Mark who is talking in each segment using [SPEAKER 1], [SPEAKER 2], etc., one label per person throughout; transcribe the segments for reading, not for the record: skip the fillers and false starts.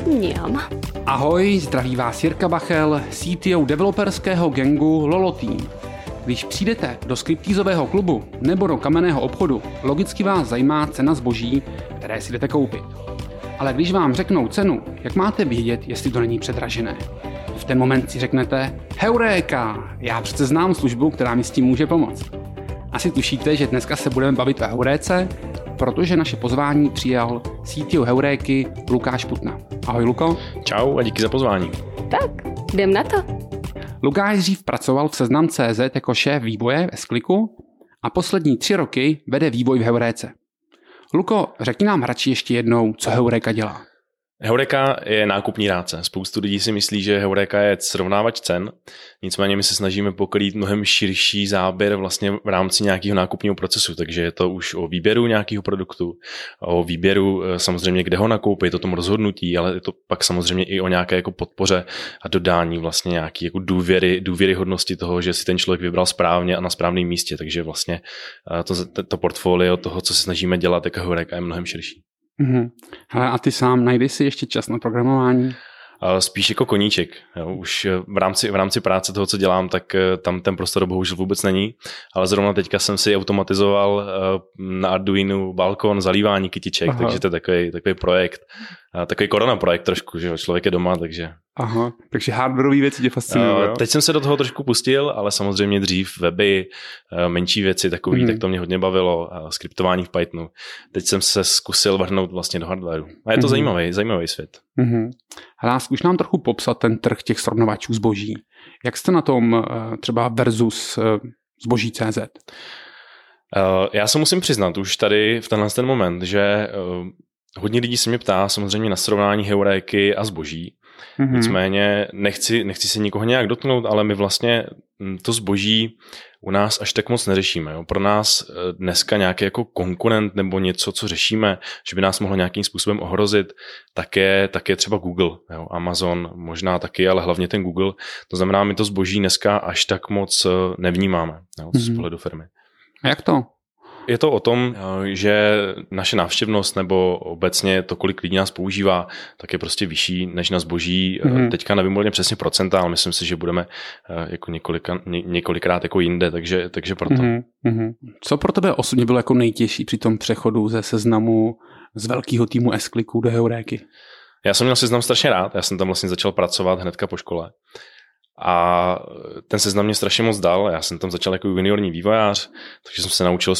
[SPEAKER 1] Mňam.
[SPEAKER 2] Ahoj, zdraví vás Jirka Bachel, CTO developerského gangu Lolo Team. Když přijdete do skriptízového klubu nebo do kamenného obchodu, logicky vás zajímá cena zboží, které si jdete koupit. Ale když vám řeknou cenu, jak máte vědět, jestli to není předražené? V ten moment si řeknete, heuréka, já přece znám službu, která mi s tím může pomoct. Asi tušíte, že dneska se budeme bavit o heuréce, protože naše pozvání přijal CTO heuréky Lukáš Putna. Ahoj Luko.
[SPEAKER 3] Čau a díky za pozvání.
[SPEAKER 1] Tak, jdem na to.
[SPEAKER 2] Lukáš dřív pracoval v Seznam.cz jako šéf vývoje ve Skliku a poslední 3 roky vede vývoj v heuréce. Luko, řekni nám radši ještě jednou, co heuréka dělá.
[SPEAKER 3] Heuréka je nákupní rádce. Spoustu lidí si myslí, že heuréka je srovnávač cen, nicméně my se snažíme pokrýt mnohem širší záběr vlastně v rámci nějakého nákupního procesu, takže je to už o výběru nějakého produktu, o výběru samozřejmě, kde ho nakoupit, o tom rozhodnutí, ale je to pak samozřejmě i o nějaké jako podpoře a dodání vlastně nějaké jako důvěryhodnosti toho, že si ten člověk vybral správně a na správném místě, takže vlastně to portfolio toho, co se snažíme dělat, jako heuréka je mnohem širší.
[SPEAKER 2] Hele, a ty sám najdeš si ještě čas na programování?
[SPEAKER 3] Spíš jako koníček. Jo. Už v rámci práce toho, co dělám, tak tam ten prostor bohužel vůbec není, ale zrovna teďka jsem si automatizoval na Arduinu balkon zalívání kytiček, takže to je takový projekt, takový korona projekt trošku, že člověk je doma, takže...
[SPEAKER 2] Aha, takže hardwareové věci tě fascinují.
[SPEAKER 3] Teď jsem se do toho trošku pustil, ale samozřejmě dřív weby, menší věci takový, tak to mě hodně bavilo, skriptování v Pythonu. Teď jsem se zkusil vrhnout vlastně do hardwareu. A je to zajímavý svět.
[SPEAKER 2] Hele, zkuš nám trochu popsat ten trh těch srovnávačů zboží. Jak jste na tom třeba versus zboží.cz?
[SPEAKER 3] Já se musím přiznat už tady v ten moment, že hodně lidí se mě ptá samozřejmě na srovnání heuréky a zboží. Nicméně nechci se nikoho nějak dotknout, ale my vlastně to zboží u nás až tak moc neřešíme. Jo. Pro nás dneska nějaký jako konkurent nebo něco, co řešíme, že by nás mohlo nějakým způsobem ohrozit, tak je třeba Google. Jo. Amazon možná taky, ale hlavně ten Google. To znamená, my to zboží dneska až tak moc nevnímáme z pohledu firmy.
[SPEAKER 2] A jak to?
[SPEAKER 3] Je to o tom, že naše návštěvnost nebo obecně to, kolik lidí nás používá, tak je prostě vyšší než na zboží. Teďka nevím úplně přesně procenta, ale myslím si, že budeme jako několikrát jako jinde, takže proto.
[SPEAKER 2] Co pro tebe osobně bylo jako nejtěžší při tom přechodu ze Seznamu z velkého týmu S-Kliku do heuréky?
[SPEAKER 3] Já jsem měl Seznam strašně rád, já jsem tam vlastně začal pracovat hnedka po škole. A ten Seznam mě strašně moc dal, já jsem tam začal jako juniorní vývojář, takže jsem se naučil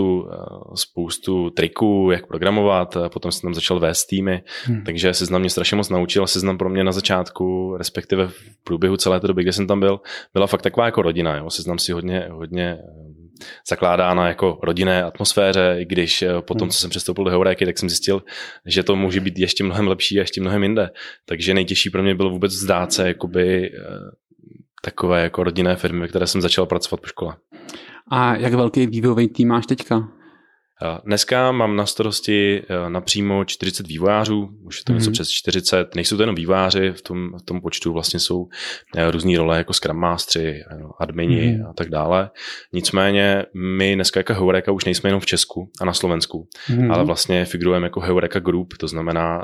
[SPEAKER 3] spoustu triků, jak programovat, a potom jsem tam začal vést týmy, takže Seznam mě strašně moc naučil. Seznam pro mě na začátku, respektive v průběhu celé té doby, kde jsem tam byl, byla fakt taková jako rodina. Jo. Seznam si hodně zakládá na jako rodinné atmosféře, i když potom, co jsem přestoupil do heuréky, tak jsem zjistil, že to může být ještě mnohem lepší a ještě mnohem jinde. Takže nejtěžší pro mě bylo vůbec vzdát se jakoby takové jako rodinné firmy, ve které jsem začal pracovat po škole.
[SPEAKER 2] A jak velký vývojový tým máš teďka?
[SPEAKER 3] Dneska mám na starosti napřímo 40 vývojářů, už je to něco přes 40, nejsou to jenom vývojáři, v tom počtu vlastně jsou různý role jako Scrum Mastery, admini a tak dále. Nicméně my dneska jako heuréka už nejsme jenom v Česku a na Slovensku, ale vlastně figurujeme jako heuréka Group, to znamená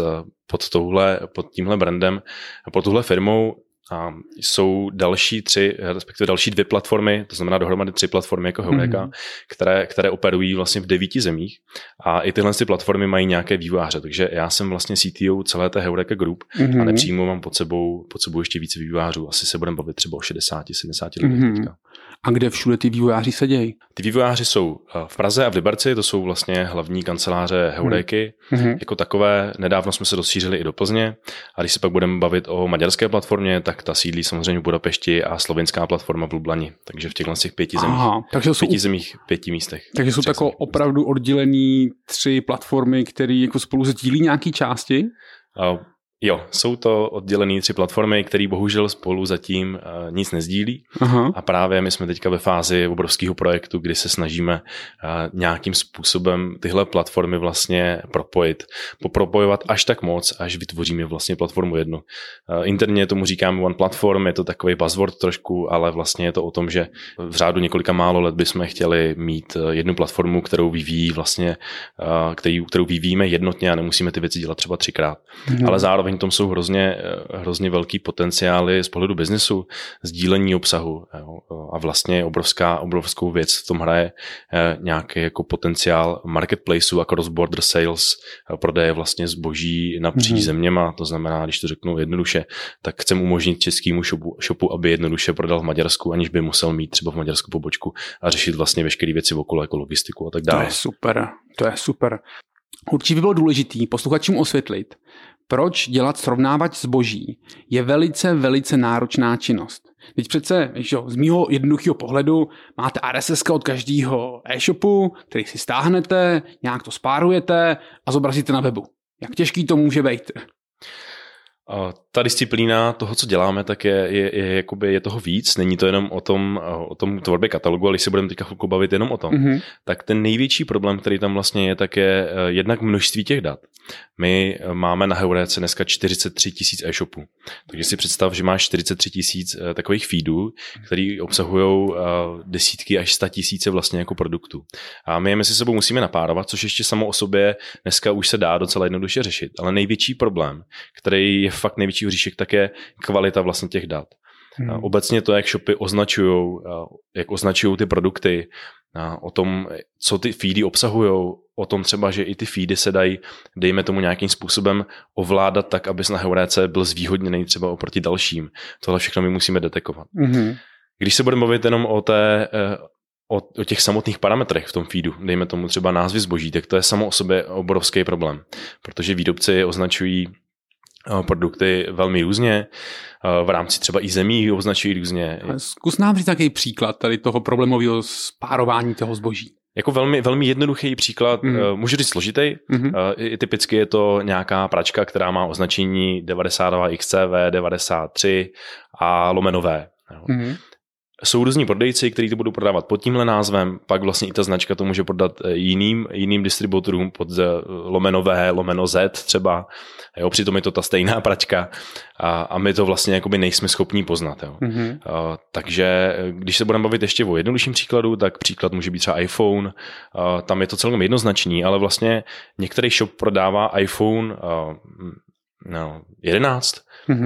[SPEAKER 3] pod tímhle brandem, pod tuhle firmou jsou další 2 platformy, to znamená dohromady 3 platformy jako heuréka, které operují vlastně v 9 zemích a i tyhle platformy mají nějaké vývojáře, takže já jsem vlastně CTO celé té heuréka Group a nepřímo mám pod sebou ještě více vývojářů, asi se budeme bavit třeba o 60-70 lidí teďka.
[SPEAKER 2] A kde všude ty vývojáři sedějí?
[SPEAKER 3] Ty vývojáři jsou v Praze a v Liberci, to jsou vlastně hlavní kanceláře heuréky. Jako takové, nedávno jsme se rozšířili i do Plzně a když se pak budeme bavit o maďarské platformě, tak ta sídlí samozřejmě v Budapešti a slovinská platforma v Lublani, takže v těchto 5 zemích. 5 místech.
[SPEAKER 2] Takže jsou tako opravdu oddělený 3 platformy, které jako spolu sdílí nějaký části?
[SPEAKER 3] Jo, jsou to oddělené 3 platformy, které bohužel spolu zatím nic nezdílí. A právě my jsme teďka ve fázi obrovského projektu, kdy se snažíme nějakým způsobem tyhle platformy vlastně propojovat až tak moc, až vytvoříme vlastně platformu jednu. Interně tomu říkáme One Platform, je to takový buzzword trošku, ale vlastně je to o tom, že v řádu několika málo let bychom chtěli mít jednu platformu, kterou vyvíjí vlastně, kterou vyvíjíme jednotně a nemusíme ty věci dělat třeba 3krát. Ale zároveň zároveň tom jsou hrozně velký potenciály z pohledu biznesu, sdílení obsahu. Jo. A vlastně obrovskou věc v tom hraje nějaký jako potenciál marketplaceu a cross-border sales, prodeje vlastně zboží napříč zeměma. To znamená, když to řeknu jednoduše, tak chcem umožnit českému shopu, aby jednoduše prodal v Maďarsku, aniž by musel mít třeba v Maďarsku pobočku a řešit vlastně veškeré věci okolo, jako logistiku a tak dále.
[SPEAKER 2] To je super. Určitě by bylo důležitý posluchačům osvětlit, proč dělat srovnávač zboží je velice náročná činnost. Teď přece, z mýho jednoduchého pohledu máte RSS od každého e-shopu, který si stáhnete, nějak to spárujete a zobrazíte na webu. Jak těžký to může být?
[SPEAKER 3] Ta disciplína toho, co děláme, tak je toho víc. Není to jenom o tom tvorbě katalogu, ale když se budeme teďka chvilku bavit jenom o tom, tak ten největší problém, který tam vlastně je, tak je jednak množství těch dat. My máme na Heuréce dneska 43 000 e-shopů. Takže si představ, že máš 43 000 takových feedů, který obsahují desítky až 100 000 vlastně jako produktů. A my je mezi sebou musíme napárovat, což ještě samo o sobě dneska už se dá docela jednoduše řešit. Ale největší problém, který je fakt největší hříšek, tak je kvalita vlastně těch dat. Obecně to, jak shopy označují ty produkty, o tom, co ty feedy obsahují, o tom třeba, že i ty feedy se dají, dejme tomu nějakým způsobem ovládat tak, aby na Heuréce byl zvýhodněný třeba oproti dalším. Tohle všechno my musíme detekovat. Když se budeme bavit jenom o těch samotných parametrech v tom feedu, dejme tomu třeba názvy zboží, tak to je samo o sobě obrovský problém, protože výrobci označují produkty velmi různě, v rámci třeba i zemí označují různě.
[SPEAKER 2] Zkus nám říct takový příklad tady toho problémového spárování toho zboží.
[SPEAKER 3] Jako velmi jednoduchý příklad, můžu říct složitý, typicky je to nějaká pračka, která má označení 92XCV, 93 a lomenové. Jsou různí prodejci, kteří to budou prodávat pod tímhle názvem, pak vlastně i ta značka to může prodat jiným distributorům pod lomenové, lomeno Z třeba, jo, přitom je to ta stejná pračka a my to vlastně jakoby nejsme schopní poznat. Jo. Takže když se budeme bavit ještě o jednodušším příkladu, tak příklad může být třeba iPhone, tam je to celkem jednoznačný, ale vlastně některý shop prodává iPhone 11,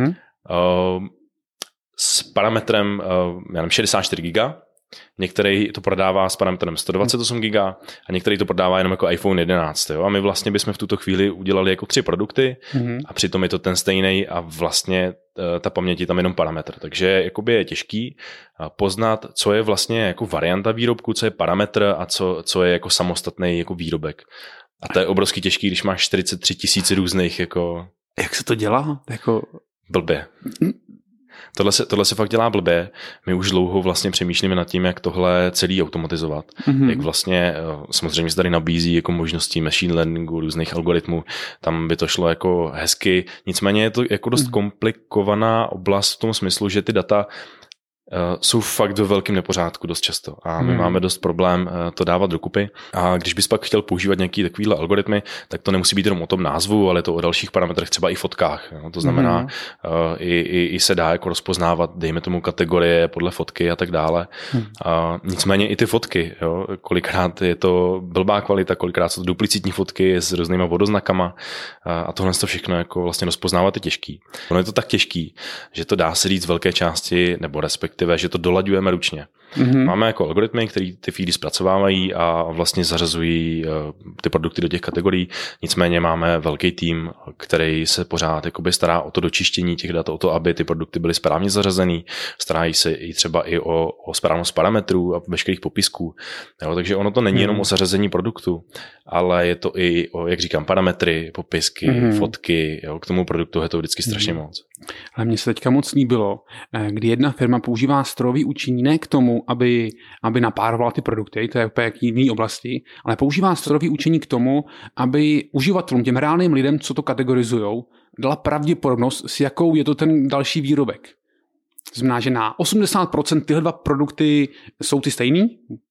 [SPEAKER 3] s parametrem 64 GB, některý to prodává s parametrem 128 GB a některý to prodává jenom jako iPhone 11. Jo? A my vlastně bychom v tuto chvíli udělali jako 3 produkty a přitom je to ten stejný a vlastně ta paměť je tam jenom parametr. Takže jakoby je těžký poznat, co je vlastně jako varianta výrobku, co je parametr a co je jako samostatný jako výrobek. A to je obrovský těžký, když máš 43 000 různých jako...
[SPEAKER 2] Jak se to dělá?
[SPEAKER 3] Blbě. Tohle se fakt dělá blbě. My už dlouho vlastně přemýšlíme nad tím, jak tohle celý automatizovat. Jak vlastně samozřejmě se tady nabízí jako možnosti machine learningu, různých algoritmů. Tam by to šlo jako hezky. Nicméně je to jako dost komplikovaná oblast v tom smyslu, že ty data jsou fakt ve velkém nepořádku dost často a my máme dost problém to dávat dokupy a když bys pak chtěl používat nějaký takovýhle algoritmy, tak to nemusí být jenom o tom názvu, ale je to o dalších parametrech, třeba i fotkách. Jo? To znamená, i se dá jako rozpoznávat, dejme tomu kategorie podle fotky a tak dále. Nicméně i ty fotky, jo? Kolikrát je to blbá kvalita, kolikrát jsou to duplicitní fotky s různýma vodoznakama a tohle to všechno jako vlastně rozpoznávat je těžký. Ono je to tak těžký, že to dá se říct z velké části, nebo respektive, že to dolaďujeme ručně. Máme jako algoritmy, které ty feedy zpracovávají a vlastně zařazují ty produkty do těch kategorií. Nicméně máme velký tým, který se pořád jakoby stará o to dočištění těch dat, o to, aby ty produkty byly správně zařazený. Starají se i třeba i o správnost parametrů a veškerých popisků. Jo, takže ono to není jenom o zařazení produktu, ale je to i o, jak říkám, parametry, popisky, fotky. Jo, k tomu produktu je to vždycky strašně moc.
[SPEAKER 2] Ale mně se teďka moc líbilo, kdy jedna firma používá strojové učení ne k tomu, aby napárovala ty produkty, to je úplně jak jiný oblasti, ale používá strojové učení k tomu, aby uživatelům, těm reálným lidem, co to kategorizujou, dala pravděpodobnost, s jakou je to ten další výrobek. To znamená, že na 80% tyhle dva produkty jsou ty stejný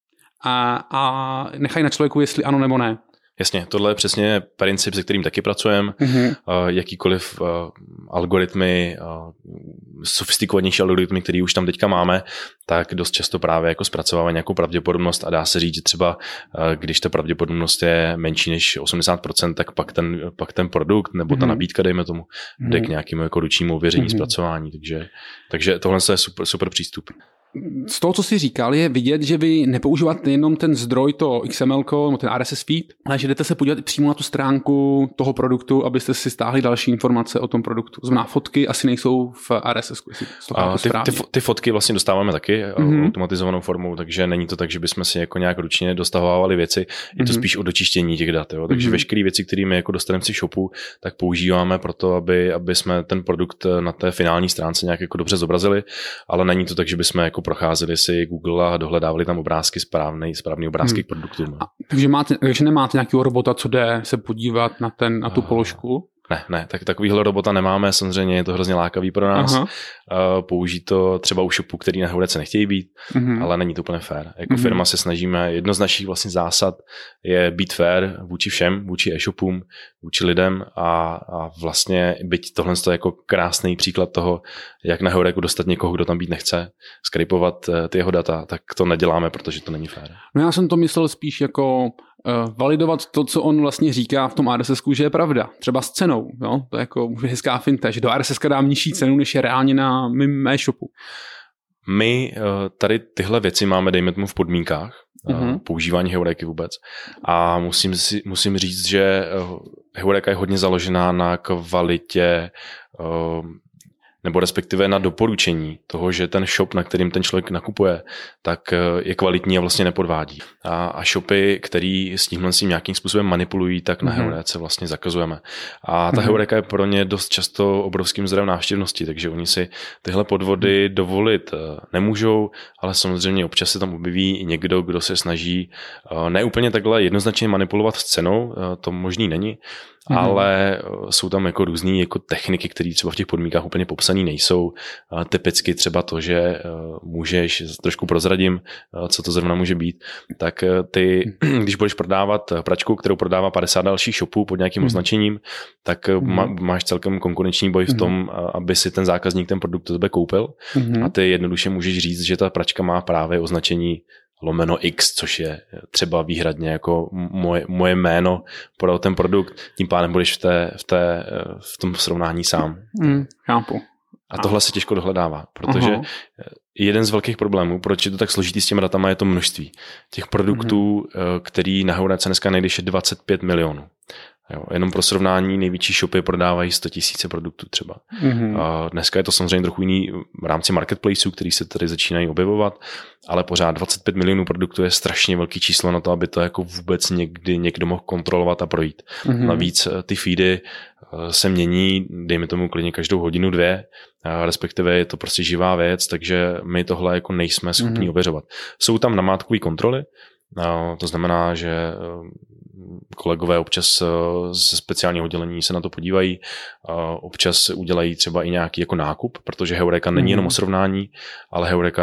[SPEAKER 2] a nechají na člověku, jestli ano nebo ne.
[SPEAKER 3] Jasně, tohle je přesně princip, se kterým taky pracujeme. Jakýkoliv algoritmy sofistikovanější algoritmy, které už tam teďka máme, tak dost často právě jako zpracovávají nějakou pravděpodobnost a dá se říct, že třeba když ta pravděpodobnost je menší než 80%, tak pak ten produkt nebo ta nabídka, dejme tomu, jde k nějakému jako ručnímu ověření zpracování. Takže tohle je super přístup.
[SPEAKER 2] Z toho, co jsi říkal, je vidět, že vy nepoužíváte jenom ten zdroj, to XML, nebo ten RSS feed, ale že jdete se podívat přímo na tu stránku toho produktu, abyste si stáhli další informace o tom produktu. Znamená, fotky asi nejsou v RSS.
[SPEAKER 3] Ty fotky vlastně dostáváme taky automatizovanou formou, takže není to tak, že bychom si jako nějak ručně dostavovali věci, je to spíš o dočištění těch dat. Jo? Takže veškeré věci, které my jako dostaneme si shopu, tak používáme pro to, aby jsme ten produkt na té finální stránce nějak jako dobře zobrazili, ale není to tak, že bychom jako procházeli si Google a dohledávali tam obrázky, správný obrázky k produktům.
[SPEAKER 2] Takže nemáte nějakého robota, co jde se podívat na tu položku?
[SPEAKER 3] Ne, tak takovýhle robota nemáme, samozřejmě je to hrozně lákavý pro nás. Použít to třeba u shopů, který na Heurece nechtějí být, ale není to úplně fair. Jako firma se snažíme, jedno z našich vlastně zásad je být fair vůči všem, vůči e-shopům, vůči lidem a vlastně byť tohle je jako krásný příklad toho, jak na Heureku dostat někoho, kdo tam být nechce, skripovat ty jeho data, tak to neděláme, protože to není fair.
[SPEAKER 2] No já jsem to myslel spíš jako validovat to, co on vlastně říká v tom RSSku, že je pravda. Třeba s cenou. Jo? To je jako hezká finta, že do RSSka dám nižší cenu, než je reálně na mém e-shopu.
[SPEAKER 3] My tady tyhle věci máme, dejme tomu, v podmínkách používání Heureky vůbec. A musím říct, že Heureka je hodně založená na kvalitě nebo respektive na doporučení toho, že ten shop, na kterým ten člověk nakupuje, tak je kvalitní a vlastně nepodvádí. A shopy, který s tímhle nějakým způsobem manipulují, tak na Heurece vlastně zakazujeme. A ta Heureka je pro ně dost často obrovským zdrojem návštěvnosti, takže oni si tyhle podvody dovolit nemůžou, ale samozřejmě občas se tam objeví i někdo, kdo se snaží neúplně takhle jednoznačně manipulovat s cenou, to možný není, ale jsou tam jako různý jako techniky, které třeba v těch podmínkách úplně popsané nejsou. Typicky třeba to, že můžeš, trošku prozradím, co to zrovna může být, tak ty, když budeš prodávat pračku, kterou prodává 50 dalších shopů pod nějakým označením, tak máš celkem konkurenční boj v tom, aby si ten zákazník ten produkt do tebe koupil a ty jednoduše můžeš říct, že ta pračka má právě označení /X, což je třeba výhradně jako moje jméno pro ten produkt, tím pádem budeš v tom srovnání sám.
[SPEAKER 2] Chápu.
[SPEAKER 3] A tohle se těžko dohledává, protože jeden z velkých problémů, proč je to tak složitý s těmi datama, je to množství. Těch produktů, který na Heurece dneska najdeš, je 25 milionů. Jo, jenom pro srovnání největší shopy prodávají 100 000 produktů třeba. A dneska je to samozřejmě trochu jiný v rámci marketplaceů, který se tady začínají objevovat, ale pořád 25 milionů produktů je strašně velký číslo na to, aby to jako vůbec někdy někdo mohl kontrolovat a projít. Navíc ty feedy se mění, dejme tomu klidně každou hodinu, dvě, respektive je to prostě živá věc, takže my tohle jako nejsme schopni ověřovat. Jsou tam namátkové kontroly, to znamená, že kolegové občas ze speciálního oddělení se na to podívají, občas udělají třeba i nějaký jako nákup, protože Heureka není jenom o srovnání, ale Heureka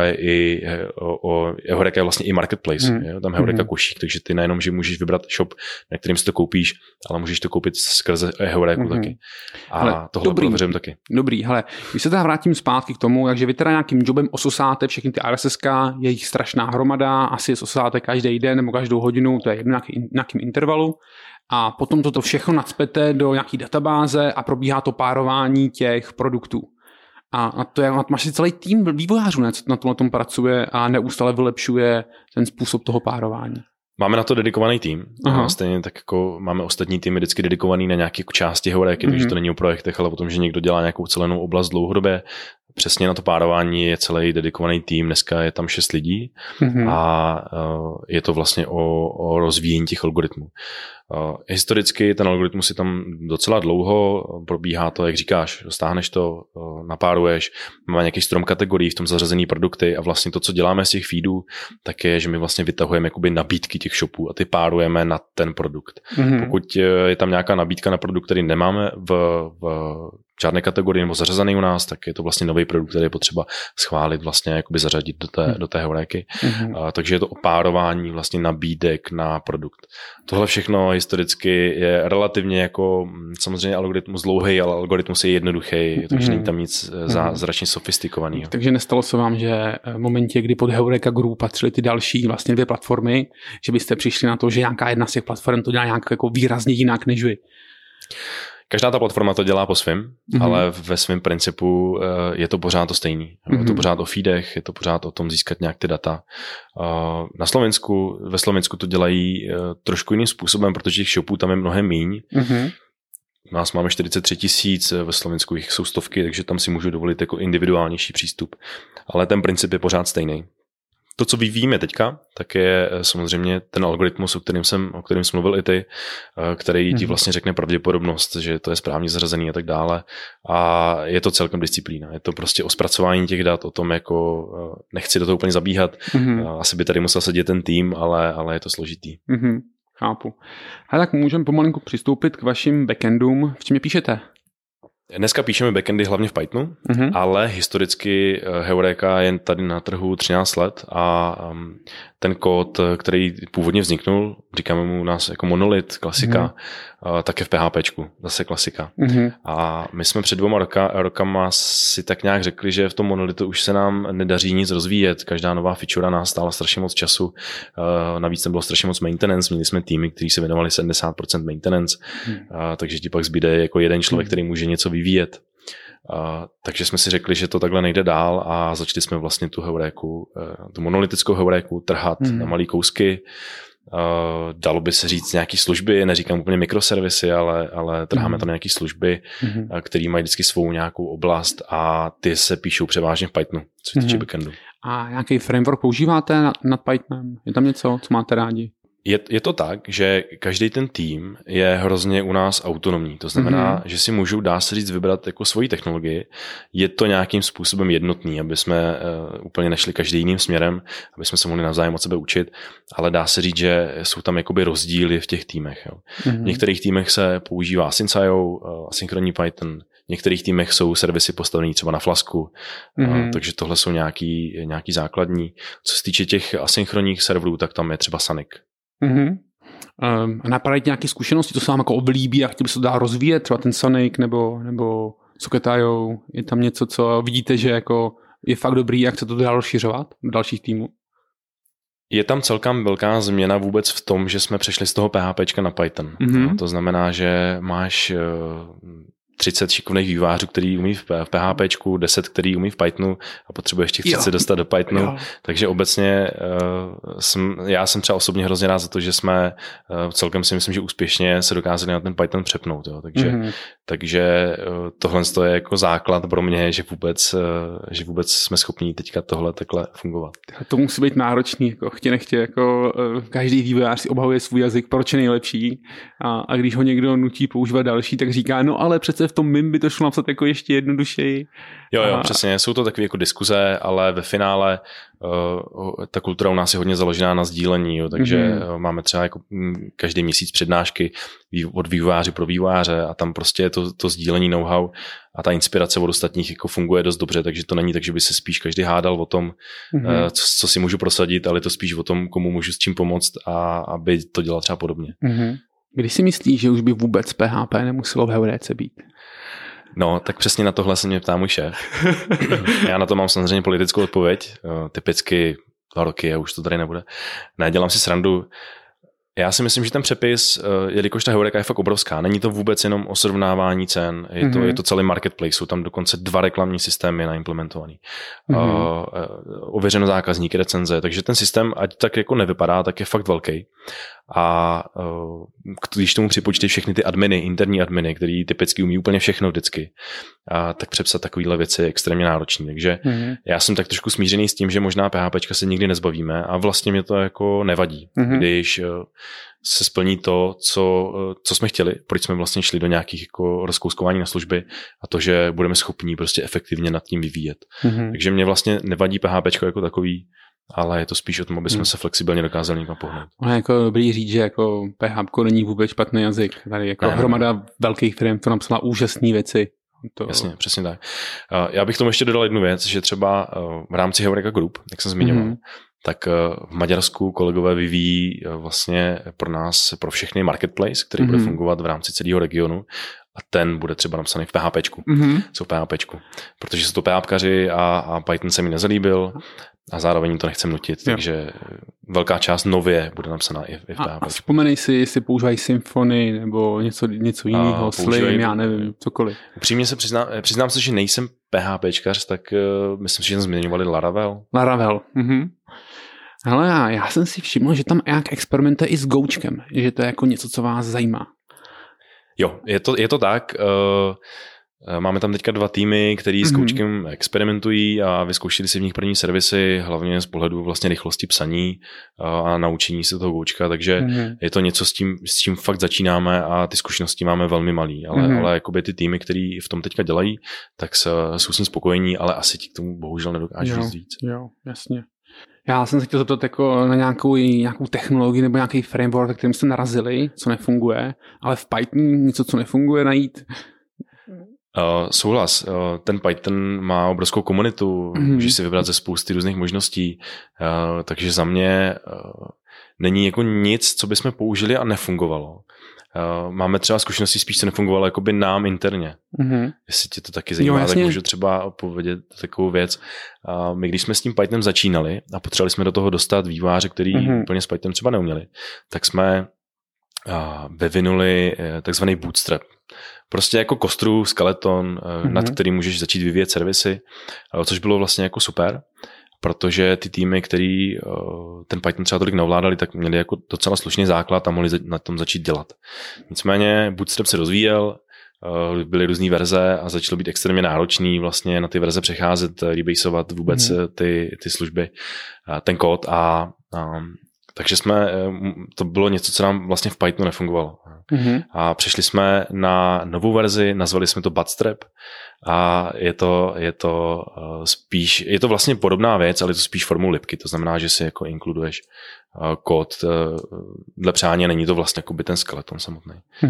[SPEAKER 3] je vlastně i marketplace. Je tam Heureka košík, takže ty nejenom, že můžeš vybrat shop, na kterým si to koupíš, ale můžeš to koupit skrze Heureku taky. A hele, tohle prověřím taky.
[SPEAKER 2] Dobrý, hele, když se teda vrátím zpátky k tomu, takže vy teda nějakým jobem ososáte všechny ty RSSka, je jich strašná hromada, asi je ososáte každý den nebo každou hodinu, to je nějakým intervalu. A potom toto všechno nacpete do nějaký databáze a probíhá to párování těch produktů. A to je, máš si celý tým vývojářů, co na tomhle pracuje a neustále vylepšuje ten způsob toho párování.
[SPEAKER 3] Máme na to dedikovaný tým. Stejně tak jako máme ostatní týmy vždycky dedikovaný na nějaké části Heureky, takže to není o projektech, ale o tom, že někdo dělá nějakou celenou oblast dlouhodobě. Přesně na to párování je celý dedikovaný tým, dneska je tam 6 lidí a je to vlastně o rozvíjení těch algoritmů. Historicky ten algoritmus je tam docela dlouho, probíhá to, jak říkáš, stáhneš to, napáruješ, máme nějaký strom kategorií v tom zařazený produkty a vlastně to, co děláme z těch feedů, tak je, že my vlastně vytahujeme jakoby nabídky těch shopů a ty párujeme na ten produkt. Pokud je tam nějaká nabídka na produkt, který nemáme v žádné kategorii nebo zařazený u nás, tak je to vlastně nový produkt, který je potřeba schválit, vlastně jakoby zařadit do té heuréky. Takže je to opárování vlastně nabídek na produkt. Tohle všechno historicky je relativně jako samozřejmě algoritmus dlouhý, ale algoritmus je jednoduchý, takže není tam nic zázračně sofistikovaného.
[SPEAKER 2] Takže nestalo se vám, že v momentě, kdy pod Heureka Group patřily ty další vlastně 2 platformy, že byste přišli na to, že nějaká jedna z těch platform to dělá nějak jako výrazně jinak než vy?
[SPEAKER 3] Každá ta platforma to dělá po svém, ale ve svém principu je to pořád to stejný. Je to pořád o feedech, je to pořád o tom získat nějak ty data. Ve Slovensku to dělají trošku jiným způsobem, protože těch shopů tam je mnohem míň. Nás máme 43 000, ve Slovensku jich jsou stovky, takže tam si můžu dovolit jako individuálnější přístup. Ale ten princip je pořád stejný. To, co vyvíjíme teďka, tak je samozřejmě ten algoritmus, o kterém jsem mluvil i ty, který ti vlastně řekne pravděpodobnost, že to je správně zařazený a tak dále. A je to celkem disciplína. Je to prostě o zpracování těch dat, o tom, jako nechci do toho úplně zabíhat. Asi by tady musel sedět ten tým, ale je to složitý.
[SPEAKER 2] Chápu. A tak můžeme pomalinku přistoupit k vašim backendům. V čem je píšete?
[SPEAKER 3] Dneska píšeme backendy hlavně v Pythonu, ale historicky Heureka je tady na trhu 13 let a ten kód, který původně vzniknul, říkáme mu u nás jako monolit, klasika, tak je v PHPčku, zase klasika. A my jsme před 2 rokama si tak nějak řekli, že v tom monolitu už se nám nedaří nic rozvíjet, každá nová feature nás stála strašně moc času, navíc tam bylo strašně moc maintenance, měli jsme týmy, kteří se věnovali 70% maintenance, takže ti pak zbyde jako jeden člověk, který může něco vyvíjet. Takže jsme si řekli, že to takhle nejde dál a začali jsme vlastně tu heuréku, tu monolitickou heuréku trhat na malý kousky. Dalo by se říct nějaký služby, neříkám úplně mikroservisy, ale trháme tam nějaký služby, které mají vždycky svou nějakou oblast a ty se píšou převážně v Pythonu, co se týče backendu.
[SPEAKER 2] A nějaký framework používáte nad Pythonem? Je tam něco, co máte rádi?
[SPEAKER 3] Je to tak, že každý ten tým je hrozně u nás autonomní. To znamená, že si můžou, dá se říct, vybrat jako svoji technologii. Je to nějakým způsobem jednotný, aby jsme úplně nešli každý jiným směrem, aby jsme se mohli navzájem od sebe učit, ale dá se říct, že jsou tam jakoby rozdíly v těch týmech. Jo. V některých týmech se používá Async.io, asynchronní Python, v některých týmech jsou servisy postavené třeba na Flasku, takže tohle jsou nějaký základní. Co se týče těch asynchronních serverů, tak tam je třeba Sonic.
[SPEAKER 2] A napadají nějaké zkušenosti, co se vám jako oblíbí a chtěli by se to dál rozvíjet, třeba ten Sonic nebo Socket.io, je tam něco, co vidíte, že jako je fakt dobrý a chce to dál rozšiřovat do dalších týmů?
[SPEAKER 3] Je tam celkem velká změna vůbec v tom, že jsme přešli z toho PHPčka na Python. To znamená, že máš 30 šikovných vývojářů, který umí v PHPčku, 10, který umí v Pythonu a potřebuješ těch 30 dostat do Pythonu. Jo. Takže obecně já jsem třeba osobně hrozně rád za to, že jsme celkem si myslím, že úspěšně se dokázali na ten Python přepnout. Jo. Takže tohle je jako základ pro mě, že vůbec jsme schopni teďka tohle takhle fungovat.
[SPEAKER 2] To musí být náročný, jako chtě nechtě, jako každý vývojář si obhavuje svůj jazyk, proč je nejlepší a když ho někdo nutí používat další, tak říká, no ale přece v tom mým by to šlo napsat jako ještě jednodušeji.
[SPEAKER 3] Jo, přesně, jsou to takové jako diskuze, ale ve finále ta kultura u nás je hodně založená na sdílení, jo, takže máme třeba jako každý měsíc přednášky od vývojáře pro vývojáře a tam prostě je to sdílení know-how a ta inspirace od ostatních jako funguje dost dobře, takže to není tak, že by se spíš každý hádal o tom, co si můžu prosadit, ale je to spíš o tom, komu můžu s čím pomoct a aby to dělal třeba podobně.
[SPEAKER 2] Kdy si myslíš, že už by vůbec PHP nemuselo v Heuréce být?
[SPEAKER 3] No, tak přesně na tohle se mě ptá můj šéf. Já na to mám samozřejmě politickou odpověď. Typicky 2 roky a už to tady nebude. Ne, dělám si srandu. Já si myslím, že ten přepis, jelikož ta Heureka je fakt obrovská, není to vůbec jenom o srovnávání cen, je to celý marketplace, jsou tam dokonce 2 reklamní systémy naimplementovaný. Ověřeno zákazníky, recenze, takže ten systém, ať tak jako nevypadá, tak je fakt velký. A když tomu připočteš všechny ty adminy, interní adminy, který typicky umí úplně všechno vždycky, tak přepsat takovýhle věci je extrémně náročný. Takže já jsem tak trošku smířený s tím, že možná PHPčka se nikdy nezbavíme a vlastně mě to jako nevadí, když se splní to, co jsme chtěli, proč jsme vlastně šli do nějakých jako rozkouskování na služby a to, že budeme schopní prostě efektivně nad tím vyvíjet. Takže mě vlastně nevadí PHPčko jako takový, ale je to spíš o tom, aby jsme se flexibilně dokázali někam pohnout.
[SPEAKER 2] Ono je jako dobrý říct, že jako PHP není vůbec špatný jazyk. Tady jako hromada velkých firm to napsala úžasné věci.
[SPEAKER 3] Jasně, přesně tak. Já bych tomu ještě dodal jednu věc, že třeba v rámci Heureka Group, jak jsem zmiňoval, tak v Maďarsku kolegové vyvíjí vlastně pro nás, pro všechny marketplace, který bude fungovat v rámci celého regionu a ten bude třeba napsaný v PHPčku. Co v PHPčku. Protože jsou to PHPkaři a Python se mi nezalíbil a zároveň to nechcem nutit, takže velká část nově bude napsaná i v PHP.
[SPEAKER 2] A vzpomenej si, jestli používají Symfony nebo něco jiného, Slim, já nevím, cokoliv.
[SPEAKER 3] Upřímně se přiznám se, že nejsem PHPčkař, tak myslím si, že zmiňovali Laravel.
[SPEAKER 2] Laravel, Hele, já jsem si všiml, že tam jak experimentuje i s Goučkem, že to je jako něco, co vás zajímá.
[SPEAKER 3] Jo, je to tak. Máme tam teďka 2 týmy, který s Goučkem experimentují a vyzkoušeli si v nich první servisy, hlavně z pohledu vlastně rychlosti psaní a naučení se toho Goučka, takže je to něco, s čím fakt začínáme a ty zkušenosti máme velmi malý, ale jakoby ty týmy, který v tom teďka dělají, tak jsou s ní spokojení, ale asi ti k tomu bohužel nedokážu říct víc.
[SPEAKER 2] Jo, jasně. Já jsem se chtěl zeptat jako na nějakou technologii nebo nějaký framework, ve kterém jste narazili, co nefunguje, ale v Pythonu něco, co nefunguje, najít.
[SPEAKER 3] Souhlas. Ten Python má obrovskou komunitu, můžeš si vybrat ze spousty různých možností, takže za mě není jako nic, co bychom použili a nefungovalo. Máme třeba zkušenosti spíš, co nefungovalo jakoby nám interně. Jestli tě to taky zajímá, tak můžu třeba povědět takovou věc. My když jsme s tím Pythonem začínali a potřebovali jsme do toho dostat vývojáře, který úplně s Pythonem třeba neuměli, tak jsme vyvinuli takzvaný bootstrap. Prostě jako kostru, skeleton, nad kterým můžeš začít vyvíjet servisy, což bylo vlastně jako super, protože ty týmy, který ten Python třeba tolik neovládali, tak měli jako docela slušný základ a mohli na tom začít dělat. Nicméně Bootstrap se rozvíjel, byly různé verze a začalo být extrémně náročný vlastně na ty verze přecházet, rebaseovat vůbec ty služby, ten kód takže to bylo něco, co nám vlastně v Pythonu nefungovalo. A přešli jsme na novou verzi, nazvali jsme to Bootstrap a je to vlastně podobná věc, ale je to spíš formou libky, to znamená, že si jako inkluduješ kód dle přání, není to vlastně jakoby ten skeleton samotný.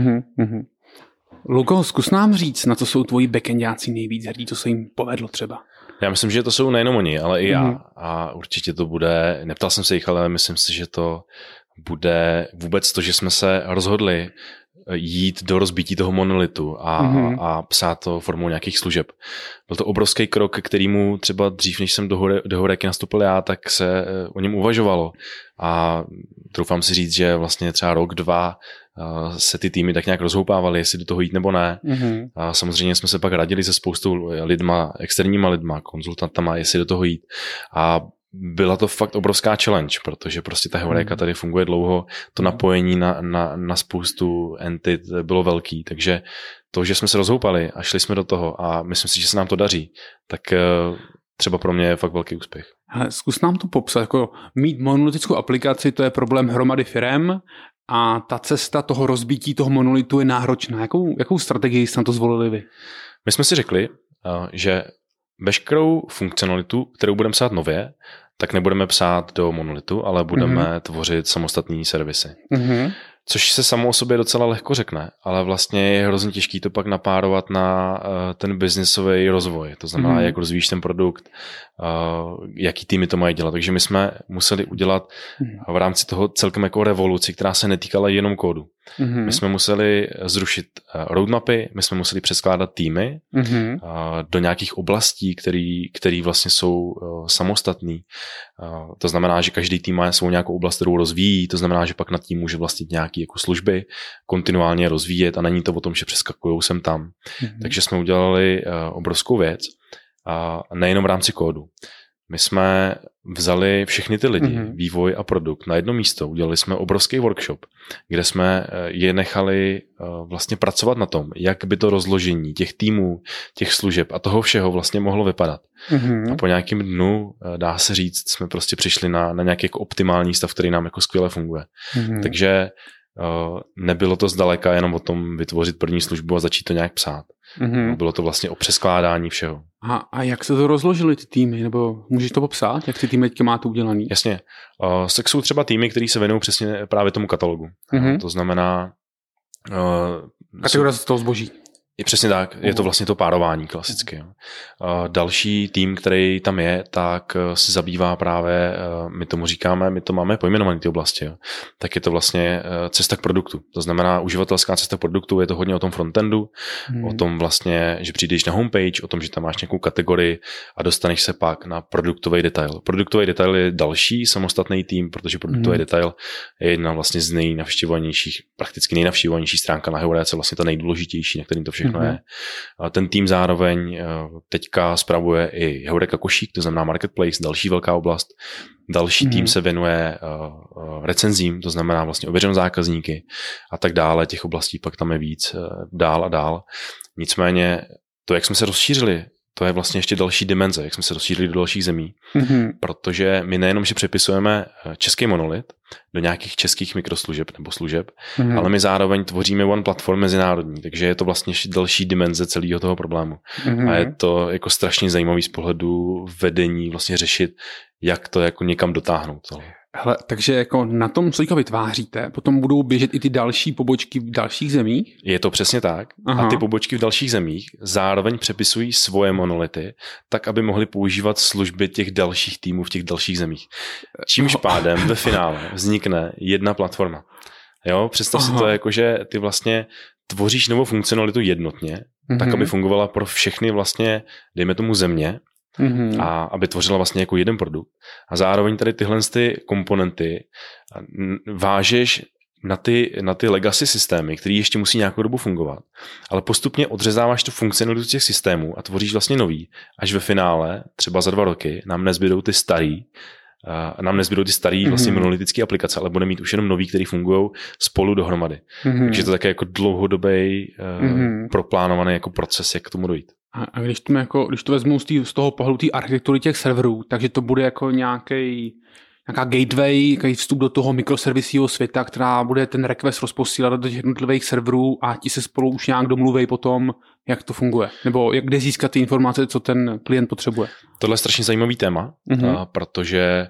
[SPEAKER 2] Luko, zkus nám říct, na co jsou tvoji backendáci nejvíc hrdí, co se jim povedlo třeba.
[SPEAKER 3] Já myslím, že to jsou nejenom oni, ale i já. A určitě to bude, neptal jsem se jich, ale myslím si, že to bude vůbec to, že jsme se rozhodli jít do rozbití toho monolitu a psát to formou nějakých služeb. Byl to obrovský krok, kterýmu třeba dřív, než jsem do Heureky nastoupil já, tak se o něm uvažovalo. A troufám si říct, že vlastně třeba rok, 2 se ty týmy tak nějak rozhoupávaly, jestli do toho jít nebo ne. A samozřejmě jsme se pak radili se spoustou lidma, externíma lidma, konzultantama, jestli do toho jít. A byla to fakt obrovská challenge, protože prostě ta Heureka tady funguje dlouho, to napojení na spoustu entit bylo velký, takže to, že jsme se rozhoupali a šli jsme do toho a myslím si, že se nám to daří, tak třeba pro mě je fakt velký úspěch.
[SPEAKER 2] Hele, zkus nám to popsat, jako mít monolitickou aplikaci, to je problém hromady firem a ta cesta toho rozbití toho monolitu je náročná. Jakou strategii jste na to zvolili vy?
[SPEAKER 3] My jsme si řekli, že veškerou funkcionalitu, kterou budeme psát nově, tak nebudeme psát do monolitu, ale budeme tvořit samostatný servisy. Což se samo o sobě docela lehko řekne, ale vlastně je hrozně těžký to pak napárovat na ten biznisový rozvoj. To znamená, jak rozvíjíš ten produkt, jaký týmy to mají dělat. Takže my jsme museli udělat v rámci toho celkem jako revoluci, která se netýkala jenom kódu. My jsme museli zrušit roadmapy, my jsme museli přeskládat týmy do nějakých oblastí, které vlastně jsou samostatný. To znamená, že každý tým má svou nějakou oblast, kterou rozvíjí, to znamená, že pak nad tím může vlastnit nějaké jako služby, kontinuálně rozvíjet a není to o tom, že přeskakujou sem tam. Takže jsme udělali obrovskou věc, nejenom v rámci kódu. My jsme vzali všechny ty lidi, vývoj a produkt na jedno místo, udělali jsme obrovský workshop, kde jsme je nechali vlastně pracovat na tom, jak by to rozložení těch týmů, těch služeb a toho všeho vlastně mohlo vypadat. A po nějakém dnu, dá se říct, jsme prostě přišli na nějaký jako optimální stav, který nám jako skvěle funguje. Takže nebylo to zdaleka jenom o tom vytvořit první službu a začít to nějak psát. Bylo to vlastně o přeskládání všeho.
[SPEAKER 2] A jak se to rozložily ty týmy? Nebo můžeš to popsat? Jak ty týmy teďka máte udělaný?
[SPEAKER 3] Jasně. Jsou třeba týmy, které se věnují přesně právě tomu katalogu. To znamená...
[SPEAKER 2] Kategorizace toho zboží.
[SPEAKER 3] Je přesně tak, je to vlastně to párování klasicky. Další tým, který tam je, tak se zabývá právě, my to máme pojmenované ty oblasti, tak je to vlastně cesta k produktu. To znamená uživatelská cesta k produktu, je to hodně o tom frontendu, o tom vlastně, že přijdeš na homepage, o tom, že tam máš nějakou kategorii a dostaneš se pak na produktový detail. Produktový detail je další samostatný tým, protože produktový detail je jedna vlastně z nejnavštěvovanějších, prakticky nejnavštěvovanější stránka na Heuréce, vlastně ta nejdůležitější, na kterým to všechno je. Ten tým zároveň teďka spravuje i Heureka Košík, to znamená Marketplace, další velká oblast. Další tým se věnuje recenzím, to znamená vlastně ověřené zákazníky a tak dále. Těch oblastí pak tam je víc, dál a dál. Nicméně to, jak jsme se rozšířili, to je vlastně ještě další dimenze, jak jsme se rozšířili do dalších zemí, protože my nejenom, že přepisujeme český monolit do nějakých českých mikroslužeb nebo služeb, ale my zároveň tvoříme one platform mezinárodní, takže je to vlastně ještě další dimenze celého toho problému. A je to jako strašně zajímavý z pohledu vedení vlastně řešit, jak to jako někam dotáhnout.
[SPEAKER 2] Hele, takže jako na tom, co teďka vytváříte, potom budou běžet i ty další pobočky v dalších zemích?
[SPEAKER 3] Je to přesně tak. Aha. A ty pobočky v dalších zemích zároveň přepisují svoje monolity, tak, aby mohly používat služby těch dalších týmů v těch dalších zemích. Čímž pádem ve finále vznikne jedna platforma. Jo, představ si to jako, že ty vlastně tvoříš novou funkcionalitu jednotně, tak, aby fungovala pro všechny vlastně, dejme tomu země, a aby tvořila vlastně jako jeden produkt. A zároveň tady tyhle ty komponenty vážeš na ty legacy systémy, které ještě musí nějakou dobu fungovat, ale postupně odřezáváš tu funkcionalitu těch systémů a tvoříš vlastně nový, až ve finále, třeba za 2 roky, nám nezbydou ty starý vlastně monolitické aplikace, ale bude mít už jenom nový, který fungují spolu dohromady. Takže to také jako dlouhodobý proplánovaný jako proces, jak k tomu dojít.
[SPEAKER 2] A když to vezmu z toho pohledu té architektury těch serverů, takže to bude jako nějaká gateway, nějaký vstup do toho mikroservisního světa, která bude ten request rozposílat do těch jednotlivých serverů a ti se spolu už nějak domluví potom, jak to funguje. Nebo kde získat ty informace, co ten klient potřebuje. Tohle
[SPEAKER 3] je strašně zajímavý téma, protože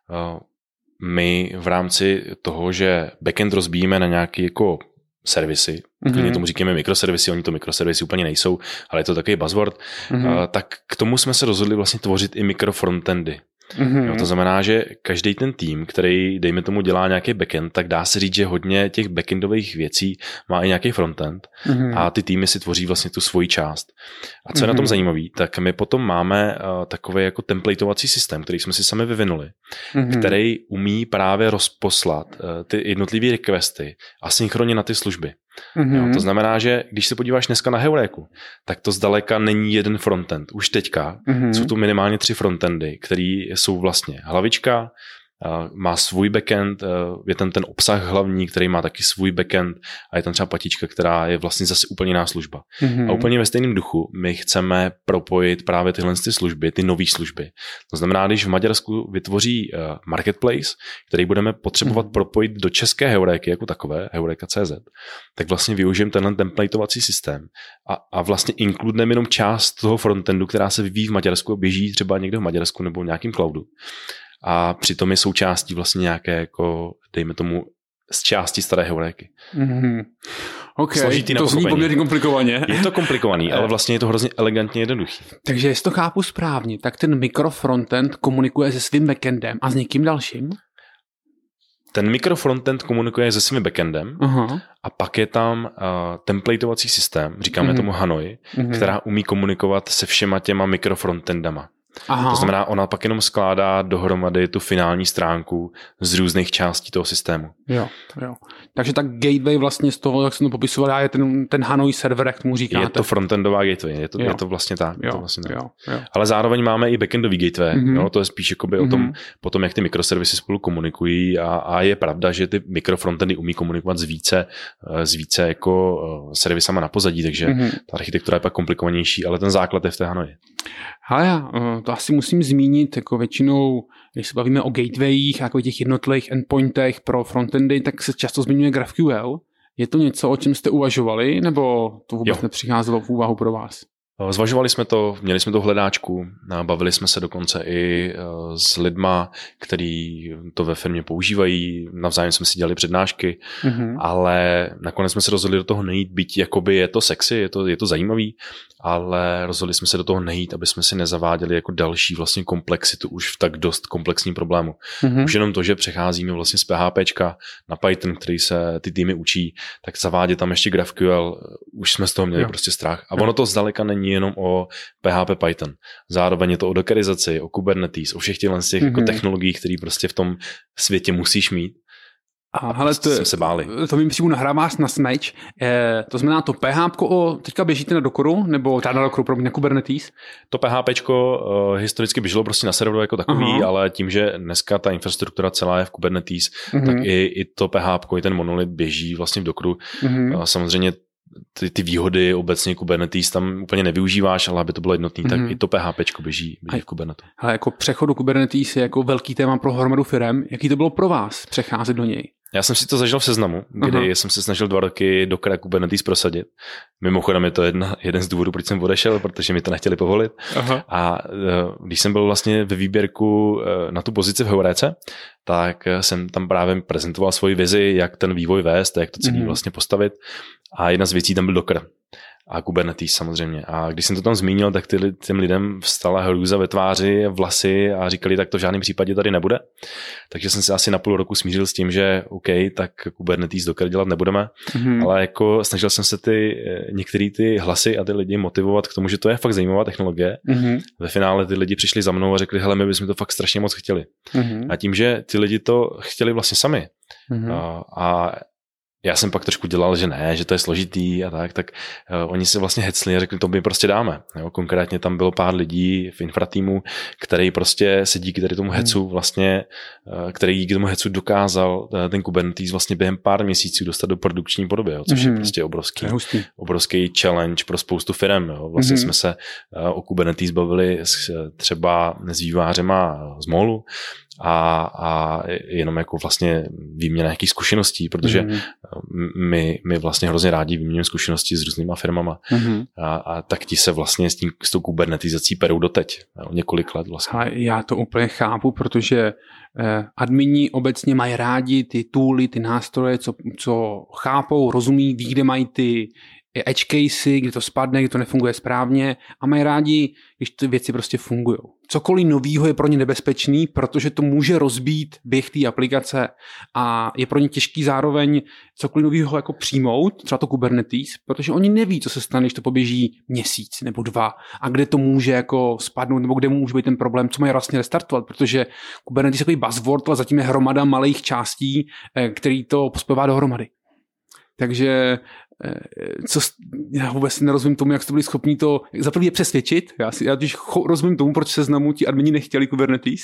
[SPEAKER 3] my v rámci toho, že backend rozbíjíme na nějaký jako servisy, klidně tomu říkáme mikroservisy, oni to mikroservisy úplně nejsou, ale je to takový buzzword, tak k tomu jsme se rozhodli vlastně tvořit i mikrofrontendy. Jo, to znamená, že každý ten tým, který, dejme tomu, dělá nějaký backend, tak dá se říct, že hodně těch backendových věcí má i nějaký frontend a ty týmy si tvoří vlastně tu svoji část. A co je na tom zajímavý, tak my potom máme takový jako templateovací systém, který jsme si sami vyvinuli, který umí právě rozposlat ty jednotlivé requesty asynchronně na ty služby. Jo, to znamená, že když se podíváš dneska na Heuréku, tak to zdaleka není jeden frontend. Už teďka jsou tu minimálně 3 frontendy, které jsou vlastně hlavička, má svůj backend, je tam ten obsah hlavní, který má taky svůj backend a je tam třeba patička, která je vlastně zase úplně jiná služba. A úplně ve stejném duchu my chceme propojit právě tyhle služby, ty nové služby. To znamená, když v Maďarsku vytvoří marketplace, který budeme potřebovat propojit do české Heuréky jako takové, Heureka.cz, tak vlastně využijeme tenhle templateovací systém a vlastně inkludneme jenom část toho frontendu, která se vyvíjí v Maďarsku a běží třeba někde v Maďarsku nebo v nějakém cloudu. A přitom je součástí vlastně nějaké, jako, dejme tomu, z části staré Heuréky.
[SPEAKER 2] Okay, to zní poměrně komplikovaně.
[SPEAKER 3] Je to komplikovaný, ale vlastně je to hrozně elegantně jednoduchý.
[SPEAKER 2] Takže jestli to chápu správně, tak ten mikrofrontend komunikuje se svým backendem a s někým dalším?
[SPEAKER 3] Ten mikrofrontend komunikuje se svým backendem a pak je tam templateovací systém, říkáme tomu Hanoi, která umí komunikovat se všema těma mikrofrontendama. Aha. To znamená, ona pak jenom skládá dohromady tu finální stránku z různých částí toho systému.
[SPEAKER 2] Jo. Takže ta gateway vlastně z toho, jak jsem to popisoval, je ten Hanoi server, jak tomu říkáte.
[SPEAKER 3] Je to frontendová gateway, je to vlastně tak. Ale zároveň máme i backendový gateway. Jo, to je spíš jakoby o tom, potom, jak ty mikroservisy spolu komunikují a je pravda, že ty mikrofrontendy umí komunikovat s více jako servisama na pozadí, takže ta architektura je pak komplikovanější, ale ten základ je v té Hanoi.
[SPEAKER 2] Ale to asi musím zmínit, jako většinou, když se bavíme o gatewayích a jako těch jednotlivých endpointech pro frontendy, tak se často zmiňuje GraphQL. Je to něco, o čem jste uvažovali, nebo to vůbec nepřicházelo v úvahu pro vás?
[SPEAKER 3] Zvažovali jsme to, měli jsme tu hledáčku, bavili jsme se dokonce i s lidma, kteří to ve firmě používají, navzájem jsme si dělali přednášky, ale nakonec jsme se rozhodli do toho nejít, byť jakoby je to sexy, je to zajímavý, ale rozhodli jsme se do toho nejít, aby jsme si nezaváděli jako další vlastně komplexitu už v tak dost komplexním problému. Už jenom to, že přecházíme vlastně z PHPčka na Python, který se ty týmy učí, tak zavádět tam ještě GraphQL, už jsme z toho měli prostě strach. A ono to zdaleka není jenom o PHP Python. Zároveň je to o dockerizaci, o Kubernetes, o všech těch jako technologiích, které prostě v tom světě musíš mít.
[SPEAKER 2] A hele,
[SPEAKER 3] se báli.
[SPEAKER 2] To mi přímo nahráváš na smeč. To znamená, to PHPko teďka běžíte na Dockeru, nebo na Dockeru, na Kubernetes?
[SPEAKER 3] To PHPčko historicky běželo prostě na serveru jako takový, ale tím, že dneska ta infrastruktura celá je v Kubernetes, tak i to PHPko, i ten monolit běží vlastně v Dockeru. Samozřejmě ty výhody obecně Kubernetes tam úplně nevyužíváš, ale aby to bylo jednotný, tak i to PHPčko běží v Kubernetu.
[SPEAKER 2] Ale jako přechod do Kubernetes je jako velký téma pro hromadu firem. Jaký to bylo pro vás přecházet do něj?
[SPEAKER 3] Já jsem si to zažil v Seznamu, kdy jsem se snažil 2 roky Docker Kubernetes prosadit. Mimochodem je to jeden z důvodů, proč jsem odešel, protože mi to nechtěli povolit. A když jsem byl vlastně ve výběrku na tu pozici v Heuréce, tak jsem tam právě prezentoval svoji vizi, jak ten vývoj vést, jak to celý vlastně postavit. A jedna z věcí tam byl Docker a Kubernetes samozřejmě. A když jsem to tam zmínil, tak těm lidem vstala hrůza ve tváři, vlasy a říkali, tak to v žádném případě tady nebude. Takže jsem se asi na půl roku smířil s tím, že OK, tak Kubernetes Docker dělat nebudeme, ale jako snažil jsem se některé ty hlasy a ty lidi motivovat k tomu, že to je fakt zajímavá technologie. Ve finále ty lidi přišli za mnou a řekli, hele, my bychom to fakt strašně moc chtěli. A tím, že ty lidi to chtěli vlastně sami a já jsem pak trošku dělal, že ne, že to je složitý a tak oni se vlastně hecli a řekli, to my prostě dáme. Jo, konkrétně tam bylo pár lidí v infratýmu, který prostě se díky tady tomu hecu vlastně, který díky tomu hecu dokázal ten Kubernetes vlastně během pár měsíců dostat do produkční podoby, jo, což je prostě obrovský challenge pro spoustu firem. Jo. Vlastně jsme se o Kubernetes bavili třeba s vývojářema z Molu, a jenom jako vlastně výměna nějakých zkušeností, protože my vlastně hrozně rádi výměňujeme zkušenosti s různýma firmama a tak ti se vlastně s tou kubernetizací perou doteď, několik let vlastně.
[SPEAKER 2] A já to úplně chápu, protože admini obecně mají rádi ty tooly, ty nástroje, co chápou, rozumí, ví, kde mají ty edge casey, kde to spadne, kde to nefunguje správně a mají rádi, když ty věci prostě fungují. Cokoliv novýho je pro ně nebezpečný, protože to může rozbít běh té aplikace a je pro ně těžký zároveň cokoliv novýho jako přijmout, třeba to Kubernetes, protože oni neví, co se stane, když to poběží měsíc nebo 2 a kde to může jako spadnout nebo kde může být ten problém, co mají vlastně restartovat, protože Kubernetes je takový buzzword, ale zatím je hromada malých částí, který to pospojová dohromady. Takže já vůbec nerozumím tomu, jak jste byli schopni to za první přesvědčit. Já totiž rozumím tomu, proč Seznamu ti admini nechtěli Kubernetes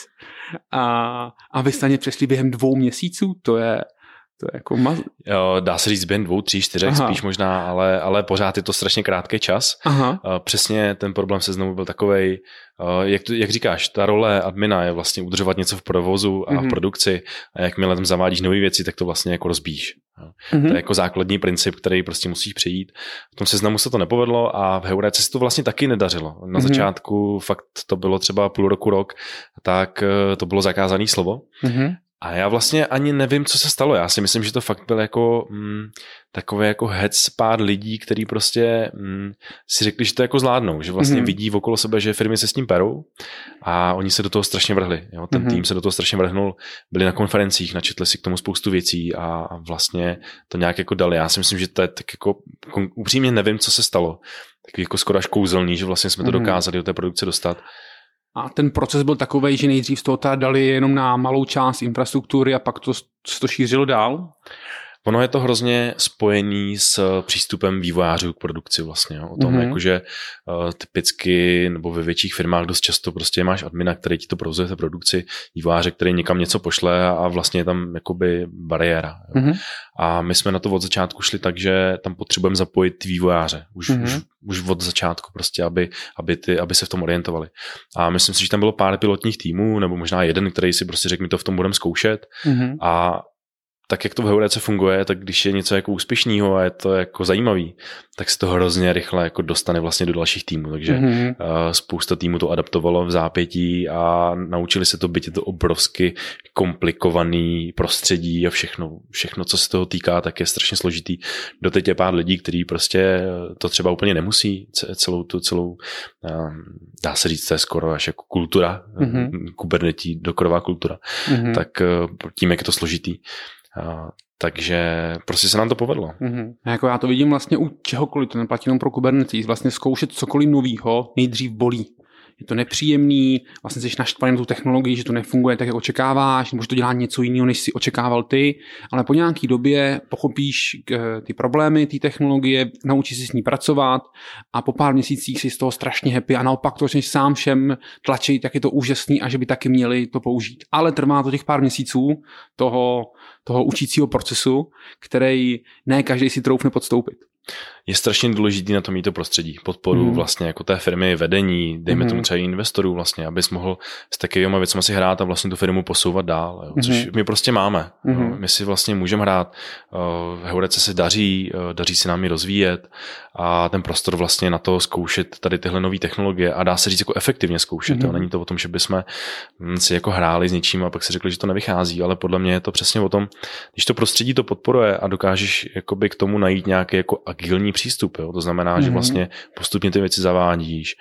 [SPEAKER 2] a vy jste přešli během 2 měsíců, to je jako
[SPEAKER 3] Jo, dá se říct během 2, 3, 4 spíš možná, ale pořád je to strašně krátký čas. Přesně ten problém Seznamu byl takovej, jak říkáš, ta role admina je vlastně udržovat něco v provozu a v produkci a jakmile tam zavádíš nové věci, tak to vlastně jako rozbíjíš. To je jako základní princip, který prostě musíš přejít. V tom Seznamu se to nepovedlo a v Heuréce se to vlastně taky nedařilo. Na začátku fakt to bylo třeba půl roku, rok, tak to bylo zakázané slovo. A já vlastně ani nevím, co se stalo. Já si myslím, že to fakt byl jako takový jako hec pár lidí, který prostě si řekli, že to jako zvládnou, že vlastně vidí okolo sebe, že firmy se s tím perou a oni se do toho strašně vrhli. Jo? Ten tým se do toho strašně vrhnul, byli na konferencích, načetli si k tomu spoustu věcí a vlastně to nějak jako dali. Já si myslím, že to je tak jako upřímně nevím, co se stalo. Takový jako skoro až kouzelný, že vlastně jsme to dokázali do té produkce dostat.
[SPEAKER 2] A ten proces byl takovej, že nejdřív z toho dali jenom na malou část infrastruktury a pak to šířilo dál?
[SPEAKER 3] Ono je to hrozně spojený s přístupem vývojářů k produkci vlastně. Jo. O tom, jakože typicky nebo ve větších firmách dost často prostě máš admina, který ti to provozuje v produkci, vývojáře, který někam něco pošle a vlastně je tam jakoby bariéra. Jo. A my jsme na to od začátku šli tak, že tam potřebujeme zapojit vývojáře. Už od začátku prostě, aby se v tom orientovali. A myslím si, že tam bylo pár pilotních týmů, nebo možná jeden, který si prostě řekl, my to v tom budeme zkoušet. A tak jak to v Heurece funguje, tak když je něco jako úspěšného a je to jako zajímavý, tak se to hrozně rychle jako dostane vlastně do dalších týmů. Takže spousta týmů to adaptovalo v zápětí a naučili se to, byť je to obrovsky komplikovaný prostředí a všechno, co se toho týká, tak je strašně složitý. Doteď je pár lidí, kteří prostě to třeba úplně nemusí, celou dá se říct, to je skoro až jako kultura, Kubernetes, dokorová kultura, tak tím, jak je to složitý. Takže prostě se nám to povedlo.
[SPEAKER 2] A jako já to vidím vlastně u čehokoliv, to neplatí jenom pro Kubernetes, vlastně zkoušet cokoliv novýho nejdřív bolí. Je to nepříjemný, vlastně jsi naštvaný na tu technologii, že to nefunguje tak, jak očekáváš, nebo že to dělá něco jiného, než si očekával ty, ale po nějaký době pochopíš ty problémy, ty technologie, naučíš si s ní pracovat a po pár měsících jsi z toho strašně happy a naopak to začneš sám všem tlačit, jak je to úžasný a že by taky měli to použít. Ale trvá to těch pár měsíců toho učícího procesu, který ne každý si troufne podstoupit.
[SPEAKER 3] Je strašně důležitý na to mít to prostředí, podporu vlastně jako té firmy, vedení, dejme tomu třeba investorů vlastně, abys mohl s takovými věcmi si hrát a vlastně tu firmu posouvat dál, jo, což my prostě máme. Jo. My si vlastně můžeme hrát, v Heurece se daří se nám ji rozvíjet a ten prostor vlastně na to zkoušet tady tyhle nové technologie a dá se říct jako efektivně zkoušet. Jo. Není to o tom, že bychom si jako hráli s něčím a pak si řekli, že to nevychází, ale podle mě je to přesně o tom, když to prostředí to podporuje a dokážeš jakoby k tomu najít nějaký jako agilní přístup. Jo? To znamená, že vlastně postupně ty věci zavádíš,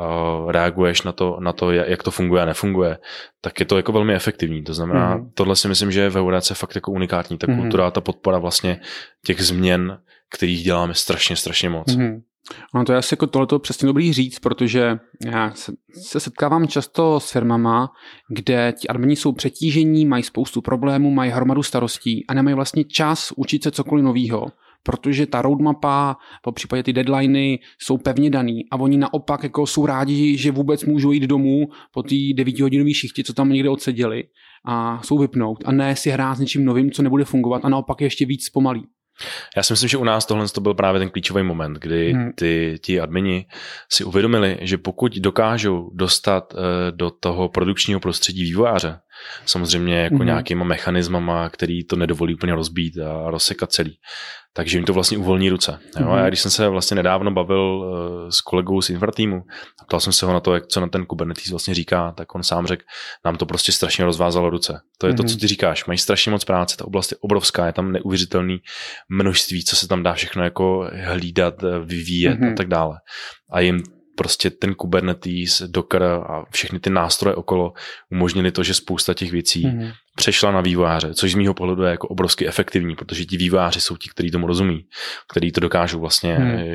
[SPEAKER 3] reaguješ na to, jak to funguje a nefunguje, tak je to jako velmi efektivní. To znamená, tohle si myslím, že je v Heurece fakt jako unikátní. Ta kultura, ta podpora vlastně těch změn, kterých děláme strašně moc.
[SPEAKER 2] No to je asi jako tohleto přesně dobrý říct, protože já se setkávám často s firmama, kde ti admini jsou přetížení, mají spoustu problémů, mají hromadu starostí a nemají vlastně čas učit se cokoliv novýho, protože ta roadmapa, po případě ty deadliny jsou pevně daný a oni naopak jako jsou rádi, že vůbec můžou jít domů po té 9hodinový šichtě, co tam někde odseděli a jsou vypnout a ne si hrát s něčím novým, co nebude fungovat a naopak je ještě víc zpomalí.
[SPEAKER 3] Já si myslím, že u nás tohle to byl právě ten klíčový moment, kdy ti admini si uvědomili, že pokud dokážou dostat do toho produkčního prostředí vývojáře, samozřejmě jako nějakýma mechanismama, který to nedovolí úplně rozbít a rozsekat celý, takže jim to vlastně uvolní ruce. Jo? A já když jsem se vlastně nedávno bavil s kolegou z Infratýmu a ptal jsem se ho na to, co na ten Kubernetes vlastně říká, tak on sám řekl, nám to prostě strašně rozvázalo ruce. To je to, co ty říkáš. Mají strašně moc práce, ta oblast je obrovská, je tam neuvěřitelné množství, co se tam dá všechno jako hlídat, vyvíjet a tak dále. A jim prostě ten Kubernetes, Docker a všechny ty nástroje okolo umožnili to, že spousta těch věcí přešla na vývojáře, což z mýho pohledu je jako obrovsky efektivní, protože ti vývojáři jsou ti, kteří tomu rozumí, kteří to dokážou vlastně,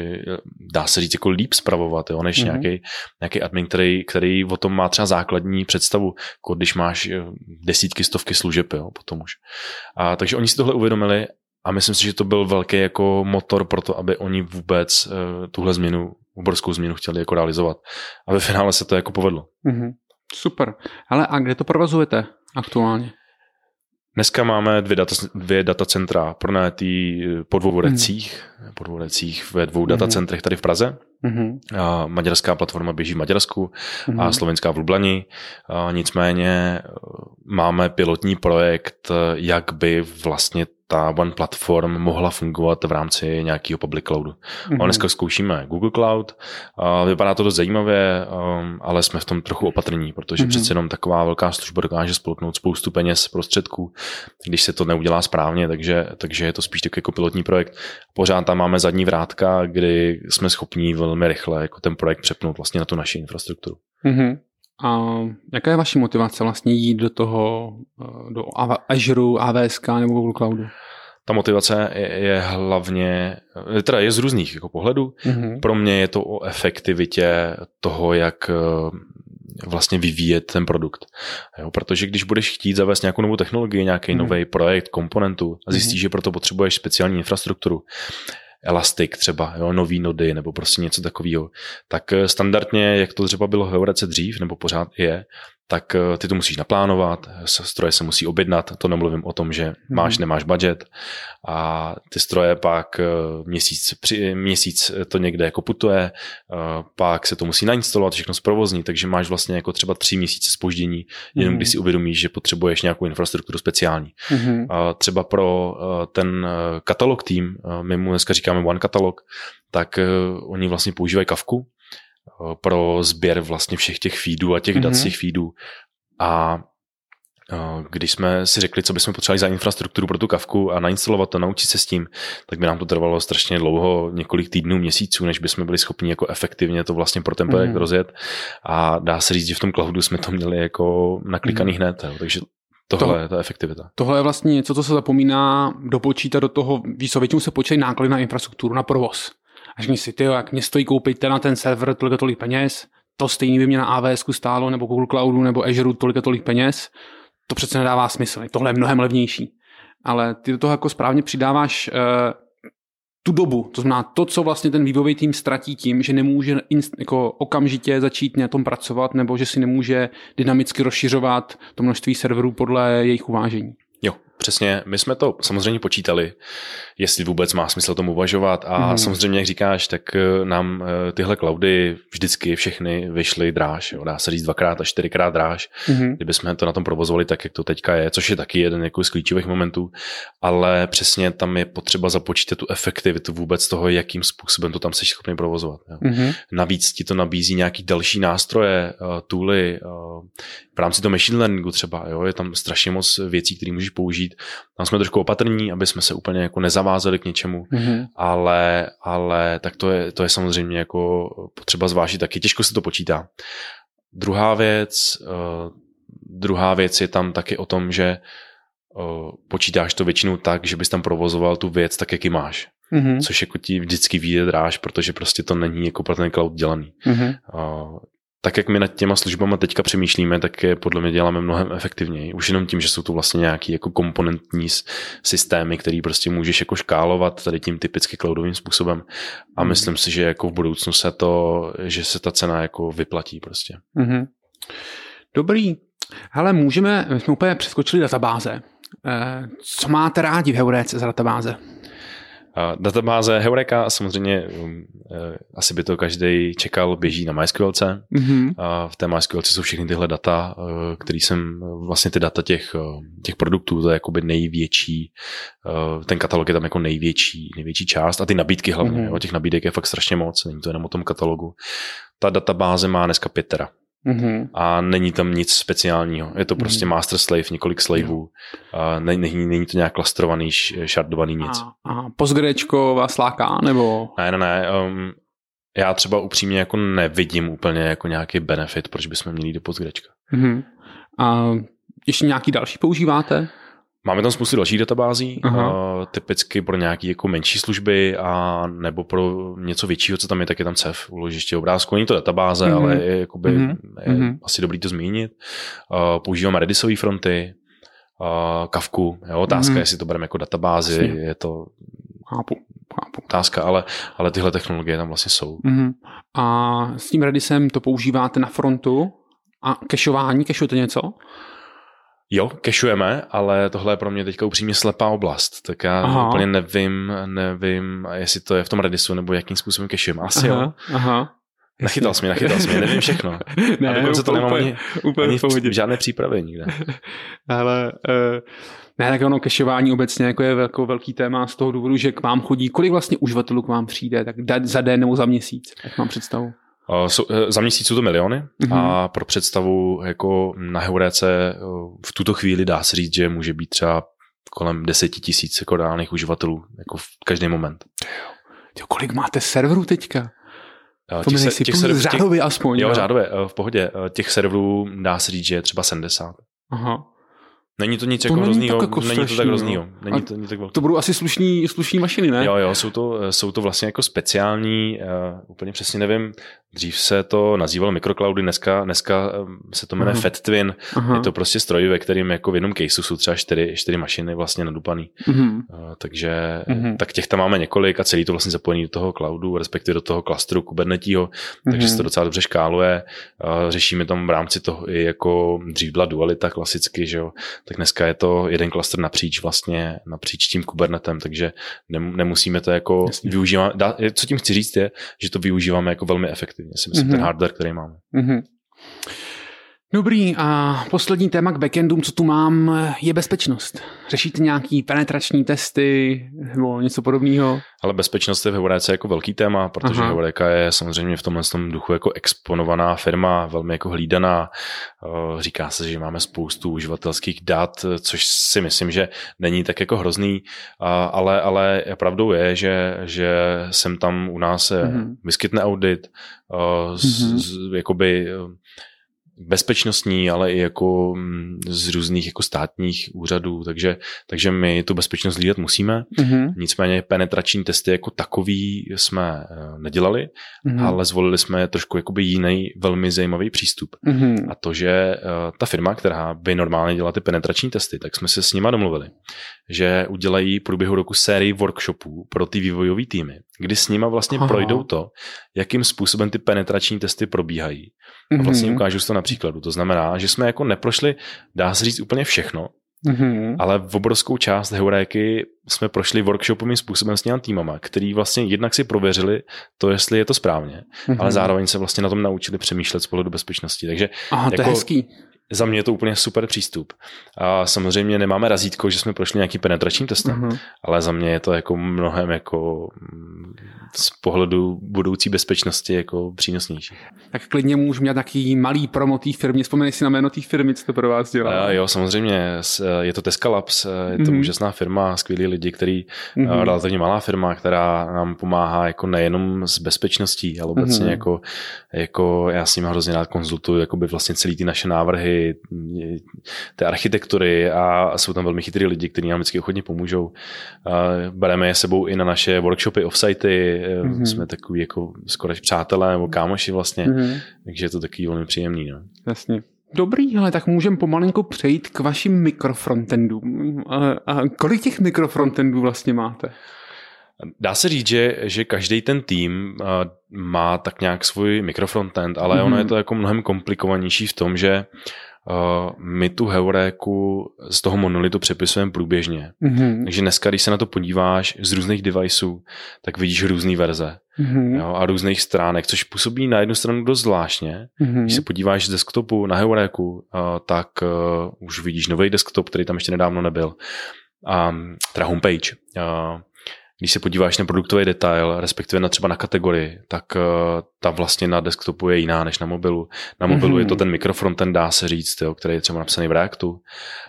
[SPEAKER 3] dá se říct, jako líp spravovat, jo, než nějaký admin, který o tom má třeba základní představu, jako když máš desítky, stovky služeb, jo, potom už. A takže oni si tohle uvědomili a myslím si, že to byl velký jako motor pro to, aby oni vůbec tuhle obrovskou změnu chtěli jako realizovat. A ve finále se to jako povedlo.
[SPEAKER 2] Super. Ale a kde to provozujete aktuálně?
[SPEAKER 3] Dneska máme dvě datacentra pronajatý po dvou recích ve dvou datacentrech tady v Praze. A maďarská platforma běží v Maďarsku a slovenská v Lublani. Nicméně máme pilotní projekt, jak by vlastně ta One Platform mohla fungovat v rámci nějakého public cloudu. A dneska zkoušíme Google Cloud. Vypadá to dost zajímavě, ale jsme v tom trochu opatrní, protože přece jenom taková velká služba dokáže spolknout spoustu peněz, prostředků, když se to neudělá správně, takže je to spíš tak jako pilotní projekt. Pořád tam máme zadní vrátka, kdy jsme schopní velmi rychle jako ten projekt přepnout vlastně na tu naši infrastrukturu.
[SPEAKER 2] A jaká je vaše motivace vlastně jít do toho, do Azure, AWS nebo Google Cloudu?
[SPEAKER 3] Ta motivace je hlavně, teda je z různých jako pohledů. Pro mě je to o efektivitě toho, jak vlastně vyvíjet ten produkt. Jo, protože když budeš chtít zavést nějakou novou technologii, nějaký nový projekt, komponentu a zjistíš, že proto potřebuješ speciální infrastrukturu, Elastic třeba, jo, nový nody nebo prostě něco takového, tak standardně, jak to třeba bylo v Heurece dřív, nebo pořád je, tak ty to musíš naplánovat, stroje se musí objednat, to nemluvím o tom, že nemáš budget a ty stroje pak měsíc to někde jako putuje, pak se to musí nainstalovat, všechno zprovozní, takže máš vlastně jako třeba 3 měsíce zpoždění, jenom když si uvědomíš, že potřebuješ nějakou infrastrukturu speciální. Třeba pro ten katalog tým, my mu dneska říkáme One Katalog, tak oni vlastně používají Kafku pro sběr vlastně všech těch feedů a těch dat z těch feedů. A když jsme si řekli, co bychom potřebovali za infrastrukturu pro tu Kafku a nainstalovat to, naučit se s tím, tak by nám to trvalo strašně dlouho, několik týdnů, měsíců, než bychom byli schopni jako efektivně to vlastně pro ten projekt rozjet. A dá se říct, že v tom cloudu jsme to měli jako naklikaný hned. Takže tohle je ta efektivita.
[SPEAKER 2] Tohle je vlastně něco, co se zapomíná dopočítat do toho, většinou se počítají náklady na infrastrukturu, na provoz. A řekni si, jak mě stojí koupit na ten server tolik peněz, to stejný by mě na AWS stálo, nebo Google Cloudu, nebo Azure tolik peněz, to přece nedává smysl. Tohle je mnohem levnější. Ale ty do toho jako správně přidáváš tu dobu, to znamená to, co vlastně ten vývojový tým ztratí tím, že nemůže jako okamžitě začít na tom pracovat, nebo že si nemůže dynamicky rozšiřovat to množství serverů podle jejich uvážení.
[SPEAKER 3] Jo, přesně. My jsme to samozřejmě počítali, jestli vůbec má smysl tomu uvažovat a samozřejmě, jak říkáš, tak nám tyhle cloudy vždycky všechny vyšly dráž. Jo. Dá se říct 2x až 4x dráž, kdyby jsme to na tom provozovali tak, jak to teďka je, což je taky jeden jako z klíčových momentů, ale přesně tam je potřeba započítat tu efektivitu vůbec toho, jakým způsobem to tam jsi schopný provozovat. Jo. Navíc ti to nabízí nějaký další nástroje, tooly, v rámci toho machine learningu třeba, jo, je tam strašně moc věcí, které můžeš použít. Tam jsme trošku opatrní, aby jsme se úplně jako nezavázali k něčemu, ale tak to je samozřejmě jako potřeba zvážit, taky těžko se to počítá. Druhá věc je tam taky o tom, že počítáš to většinou tak, že bys tam provozoval tu věc tak, jak ji máš. Což jako ti vždycky vyjde dráž, protože prostě to není jako pro ten cloud dělaný. Tak jak my nad těma službama teďka přemýšlíme, tak je podle mě děláme mnohem efektivněji. Už jenom tím, že jsou to vlastně nějaký jako komponentní systémy, který prostě můžeš jako škálovat tady tím typicky cloudovým způsobem. A myslím si, že jako v budoucnu že se ta cena jako vyplatí prostě.
[SPEAKER 2] Dobrý. Hele, my jsme úplně přeskočili databáze. Co máte rádi v Heuréce za databáze?
[SPEAKER 3] Databáze Heureka, samozřejmě asi by to každý čekal, běží na MySQLce. V té MySQLce jsou všechny tyhle data, který jsem vlastně ty data těch produktů, to je jakoby největší, ten katalog je tam jako největší část a ty nabídky hlavně, těch nabídek je fakt strašně moc, není to jenom o tom katalogu. Ta databáze má dneska 5 tera. A není tam nic speciálního. Je to prostě master slave, několik slaveů. Není to nějak klastrovaný, shardovaný nic.
[SPEAKER 2] A Postgresčko vás láká, nebo?
[SPEAKER 3] Ne. Já třeba upřímně jako nevidím úplně jako nějaký benefit, proč bychom měli jít do Postgresčka.
[SPEAKER 2] A ještě nějaký další používáte?
[SPEAKER 3] Máme tam spoustu dalších databází, typicky pro nějaké jako menší služby a nebo pro něco většího, co tam je, tak je tam CEF, úložiště obrázku. Není to databáze, ale je, jakoby, je asi dobrý to zmínit. Používáme Redisové fronty, Kafku. Jo, otázka, jestli to bereme jako databázi, je to otázka, ale tyhle technologie tam vlastně jsou.
[SPEAKER 2] A s tím Redisem to používáte na frontu a cachujete něco?
[SPEAKER 3] Jo, cachujeme, ale tohle je pro mě teďka upřímně slepá oblast, tak já úplně nevím, jestli to je v tom Redisu, nebo jakým způsobem cachujeme. Asi jo. Nachytal jsi mě, nevím všechno. A dokonce to nemám ani v žádné přípravě nikde.
[SPEAKER 2] Ale ne, tak ono cachování obecně jako je velký téma z toho důvodu, že k vám chodí, kolik vlastně uživatelů k vám přijde, tak za den nebo za měsíc, jak mám představu?
[SPEAKER 3] Za měsíc jsou to miliony a pro představu jako na Heuréce v tuto chvíli dá se říct, že může být třeba kolem 10 000 jako reálných uživatelů jako v každý moment.
[SPEAKER 2] Kolik máte serverů teďka? Řádově aspoň.
[SPEAKER 3] Jo, řádově, v pohodě. Těch serverů dá se říct, že je třeba 70. Není to nic jako hroznýho, není to tak hroznýho.
[SPEAKER 2] To budou asi slušný mašiny, ne?
[SPEAKER 3] Jo, jsou to vlastně jako speciální, úplně přesně nevím, Dřív se to nazývalo mikrocloudy, dneska se to jmenuje Fat Twin. Je to prostě stroj, ve kterým jako v jednom caseu jsou třeba 4 mašiny vlastně nadupaný. Takže tak těch tam máme několik a celý to vlastně zapojený do toho cloudu, respektive do toho klastru Kubernetního, takže se to docela dobře škáluje. Řešíme tam v rámci toho i jako dřív byla dualita klasicky, že jo, tak dneska je to jeden klastr napříč tím Kubernetem, takže nemusíme to jako využívat. Co tím chci říct je, že to využíváme jako velmi efektivně, si myslím, ten hardware, který máme.
[SPEAKER 2] Dobrý, a poslední téma k backendům, co tu mám, je bezpečnost. Řešíte nějaký penetrační testy nebo něco podobného?
[SPEAKER 3] Ale bezpečnost je v Heuréce jako velký téma, protože Heuréka je samozřejmě v tomhle duchu jako exponovaná firma, velmi jako hlídaná. Říká se, že máme spoustu uživatelských dat, což si myslím, že není tak jako hrozný, ale pravdou je, že sem tam u nás se vyskytne audit, jakoby bezpečnostní, ale i jako z různých jako státních úřadů, takže my tu bezpečnost hlídat musíme. Nicméně penetrační testy jako takový jsme nedělali, ale zvolili jsme trošku jakoby jiný velmi zajímavý přístup. A to, že ta firma, která by normálně dělala ty penetrační testy, tak jsme se s nima domluvili, že udělají v průběhu roku sérii workshopů pro ty vývojové týmy, kdy s nima vlastně projdou to, jakým způsobem ty penetrační testy probíhají. A vlastně ukážu to na příkladu. To znamená, že jsme jako neprošli, dá se říct, úplně všechno, ale v obrovskou část Heuréky jsme prošli workshopovým způsobem s těmi týmama, který vlastně jednak si prověřili to, jestli je to správně, ale zároveň se vlastně na tom naučili přemýšlet z pohledu bezpečnosti. Takže
[SPEAKER 2] to je hezký.
[SPEAKER 3] Za mě je to úplně super přístup. A samozřejmě nemáme razítko, že jsme prošli nějakým penetračním testem, ale za mě je to jako mnohem jako z pohledu budoucí bezpečnosti jako přínosnější.
[SPEAKER 2] Tak klidně můžu mít takový malý promo té firmy. Vzpomeneš si na jméno té firmy, co to pro vás dělá?
[SPEAKER 3] Jo, samozřejmě. Je to Tesca Labs, je to úžasná firma, skvělí lidi, relativně malá firma, která nám pomáhá jako nejenom s bezpečností, ale obecně jako já s nimi hrozně rád konzultuju jakoby vlastně celý ty naše návrhy, té architektury a jsou tam velmi chytrý lidi, kteří nám vždycky ochotně pomůžou. Bereme je sebou i na naše workshopy, offsitey, jsme takový jako skoro přátelé nebo kámoši vlastně, takže je to takový velmi příjemný. No.
[SPEAKER 2] Jasně. Dobrý, ale tak můžeme pomalinko přejít k vašim mikrofrontendům. A kolik těch mikrofrontendů vlastně máte?
[SPEAKER 3] Dá se říct, že každý ten tým má tak nějak svůj mikrofrontend, ale ono je to jako mnohem komplikovanější v tom, že my tu Heuréku z toho monolitu přepisujeme průběžně. Takže dneska, když se na to podíváš z různých deviceů, tak vidíš různé verze a různých stránek, což působí na jednu stranu dost zvláštně. Když se podíváš z desktopu na Heuréku, tak už vidíš nový desktop, který tam ještě nedávno nebyl. Teda homepage. Když se podíváš na produktový detail, respektive třeba na kategorii, tak ta vlastně na desktopu je jiná než na mobilu. Na mobilu je to ten mikrofrontend, dá se říct, který je třeba napsaný v Reactu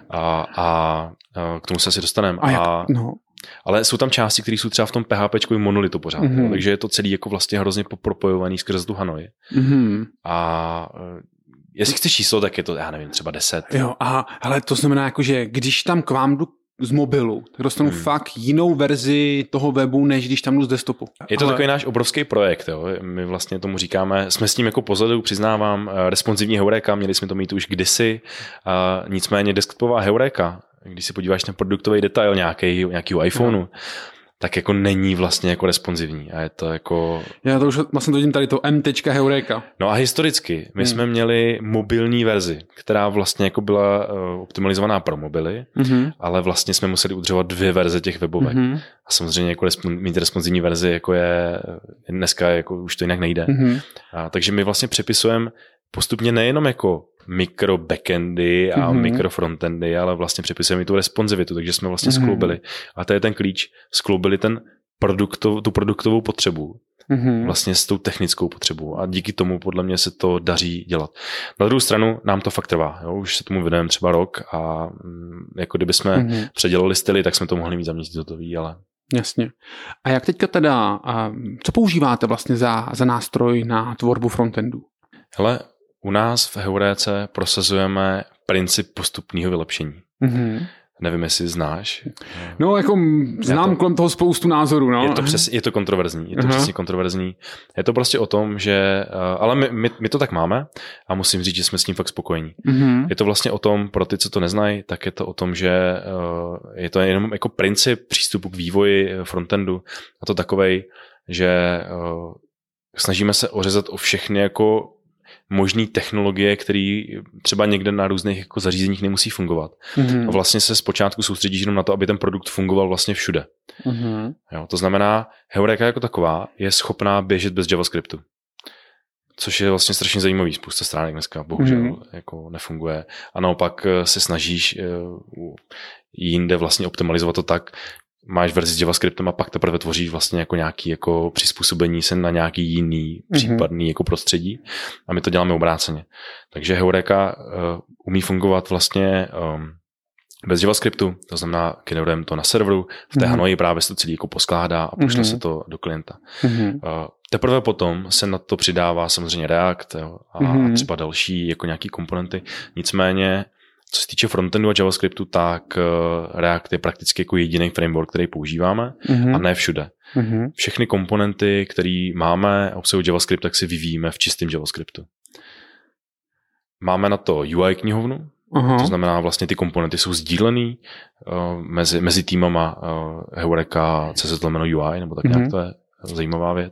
[SPEAKER 3] a k tomu se asi dostaneme. Ale jsou tam části, které jsou třeba v tom PHPčkovém monolitu pořád, takže je to celý jako vlastně hrozně propojovaný skrz tu Hanoi. A jestli chceš číslo, tak je to, já nevím, třeba 10.
[SPEAKER 2] Jo, ale to znamená jako, že když tam k vám jdu z mobilu, tak dostanu fakt jinou verzi toho webu, než když tam jdu z desktopu.
[SPEAKER 3] Je to takový náš obrovský projekt. Jo. My vlastně tomu říkáme, jsme s tím jako pozadu, přiznávám, responsivní Heuréka, měli jsme to mít už kdysi, nicméně desktopová Heuréka, když si podíváš na produktový detail nějakýho iPhoneu, tak jako není vlastně jako responsivní. A je to jako...
[SPEAKER 2] Já to už vlastně to vidím tady to M.Heuréka.
[SPEAKER 3] No a historicky my jsme měli mobilní verzi, která vlastně jako byla optimalizovaná pro mobily, ale vlastně jsme museli udržovat 2 verze těch webovek. A samozřejmě jako mít responsivní verzi jako je dneska jako už to jinak nejde. Takže my vlastně přepisujeme postupně nejenom jako mikro backendy a mikro frontendy, ale vlastně přepisujeme i tu responsivitu, takže jsme vlastně skloubili. A to je ten klíč, skloubili tu produktovou potřebu vlastně s tou technickou potřebou a díky tomu podle mě se to daří dělat. Na druhou stranu nám to fakt trvá. Jo? Už se tomu věnujeme třeba rok a jako kdyby jsme předělali styly, tak jsme to mohli mít za měsíc hotový, ale...
[SPEAKER 2] Jasně. A jak teďka teda, co používáte vlastně za nástroj na tvorbu frontendu?
[SPEAKER 3] Hele, u nás v Heuréce prosazujeme princip postupného vylepšení. Nevím, jestli znáš.
[SPEAKER 2] No, jako znám kolem toho spoustu názorů. No.
[SPEAKER 3] Je to kontroverzní. Je to přesně kontroverzní. Je to prostě o tom, že... Ale my to tak máme a musím říct, že jsme s tím fakt spokojení. Je to vlastně o tom, pro ty, co to neznají, tak je to o tom, že je to jenom jako princip přístupu k vývoji frontendu a to takovej, že snažíme se ořezat o všechny jako možný technologie, které třeba někde na různých jako zařízeních nemusí fungovat. A vlastně se zpočátku soustředíš jenom na to, aby ten produkt fungoval vlastně všude. Jo, to znamená, Heureka jako taková je schopná běžet bez JavaScriptu. Což je vlastně strašně zajímavý. Spousta stránek dneska bohužel jako nefunguje. A naopak se snažíš jinde vlastně optimalizovat to tak, máš verzi s JavaScriptem a pak teprve tvoříš vlastně jako nějaký jako přizpůsobení se na nějaký jiný případný jako prostředí a my to děláme obráceně. Takže Heureka umí fungovat vlastně bez JavaScriptu, to znamená, generujeme to na serveru, v té Hanoji právě se to celý jako poskládá a pošle se to do klienta. Teprve potom se na to přidává samozřejmě React a třeba další jako nějaký komponenty. Nicméně co se týče frontendu a JavaScriptu, tak React je prakticky jako jediný framework, který používáme a ne všude. Všechny komponenty, které máme a obsahují JavaScript, tak si vyvíjíme v čistém JavaScriptu. Máme na to UI knihovnu, to znamená vlastně ty komponenty jsou sdílený mezi týmama Heureka, CZ/UI, nebo tak nějak, to je zajímavá věc.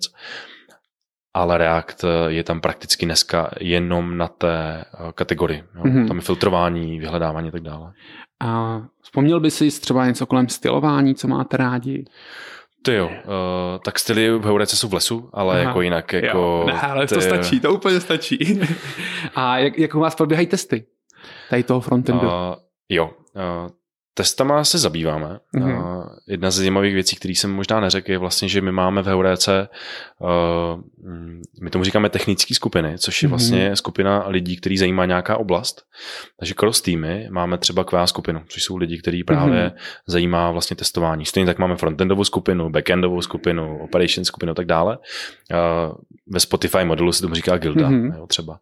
[SPEAKER 3] Ale React je tam prakticky dneska jenom na té kategorii. Tam je filtrování, vyhledávání a tak dále.
[SPEAKER 2] A vzpomněl by si třeba něco kolem stylování, co máte rádi?
[SPEAKER 3] To jo, tak styly v Heurece jsou v lesu, ale jako jinak. Jako,
[SPEAKER 2] ne, ale to stačí, to úplně stačí. A jak u vás probíhají testy tady toho frontendu?
[SPEAKER 3] Testama se zabýváme. Jedna z zajímavých věcí, které jsem možná neřekl, je vlastně, že my máme v Heurece, my tomu říkáme technické skupiny, což je vlastně skupina lidí, který zajímá nějaká oblast. Takže cross týmy máme třeba QA skupinu, což jsou lidi, kteří právě zajímá vlastně testování. Stejně tak máme frontendovou skupinu, backendovou skupinu, operation skupinu a tak dále. Ve Spotify modelu se tomu říká guilda, třeba.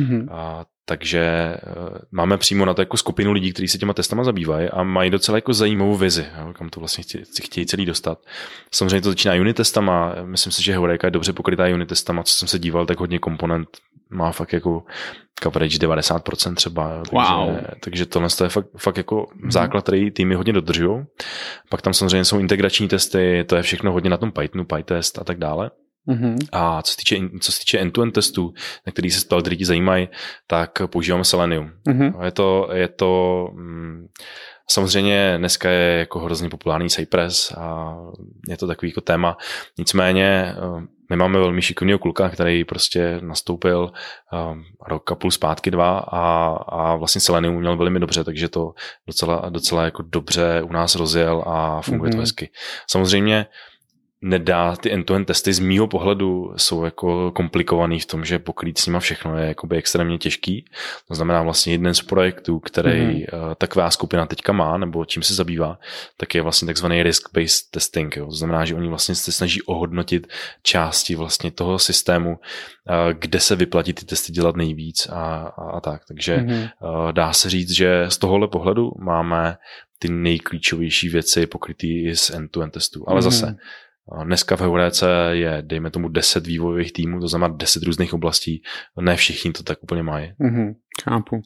[SPEAKER 3] Takže máme přímo na to jako skupinu lidí, kteří se těma testama zabývají a mají docela jako zajímavou vizi, kam to vlastně chtějí celý dostat. Samozřejmě to začíná unit testama, myslím si, že Heureka je dobře pokrytá unit testama, co jsem se díval, tak hodně komponent má fakt jako coverage 90% třeba. Takže tohle je fakt jako základ, který týmy hodně dodržují. Pak tam samozřejmě jsou integrační testy, to je všechno hodně na tom Pythonu, PyTest a tak dále. A co se týče end-to-end testů, na který se spal lidi zajímají, tak používáme Selenium. Je to samozřejmě dneska je jako hrozně populární Cypress a je to takový jako téma. Nicméně my máme velmi šikovného kluka, který prostě nastoupil rok a půl zpátky 2 a vlastně Selenium měl velmi dobře, takže to docela jako dobře u nás rozjel a funguje to hezky. Samozřejmě nedá ty end-to-end testy z mýho pohledu jsou jako komplikovaný v tom, že pokrýt s nima všechno je jakoby extrémně těžký. To znamená vlastně jeden z projektů, který taková skupina teďka má, nebo čím se zabývá, tak je vlastně takzvaný risk-based testing. Jo. To znamená, že oni vlastně se snaží ohodnotit části vlastně toho systému, kde se vyplatí ty testy dělat nejvíc a tak. Takže dá se říct, že z tohohle pohledu máme ty nejklíčovější věci pokrytý z end-to-end testů. Ale zase dneska v Heurece je, dejme tomu, 10 vývojových týmů, to znamená 10 různých oblastí. Ne všichni to tak úplně mají.
[SPEAKER 2] Chápu.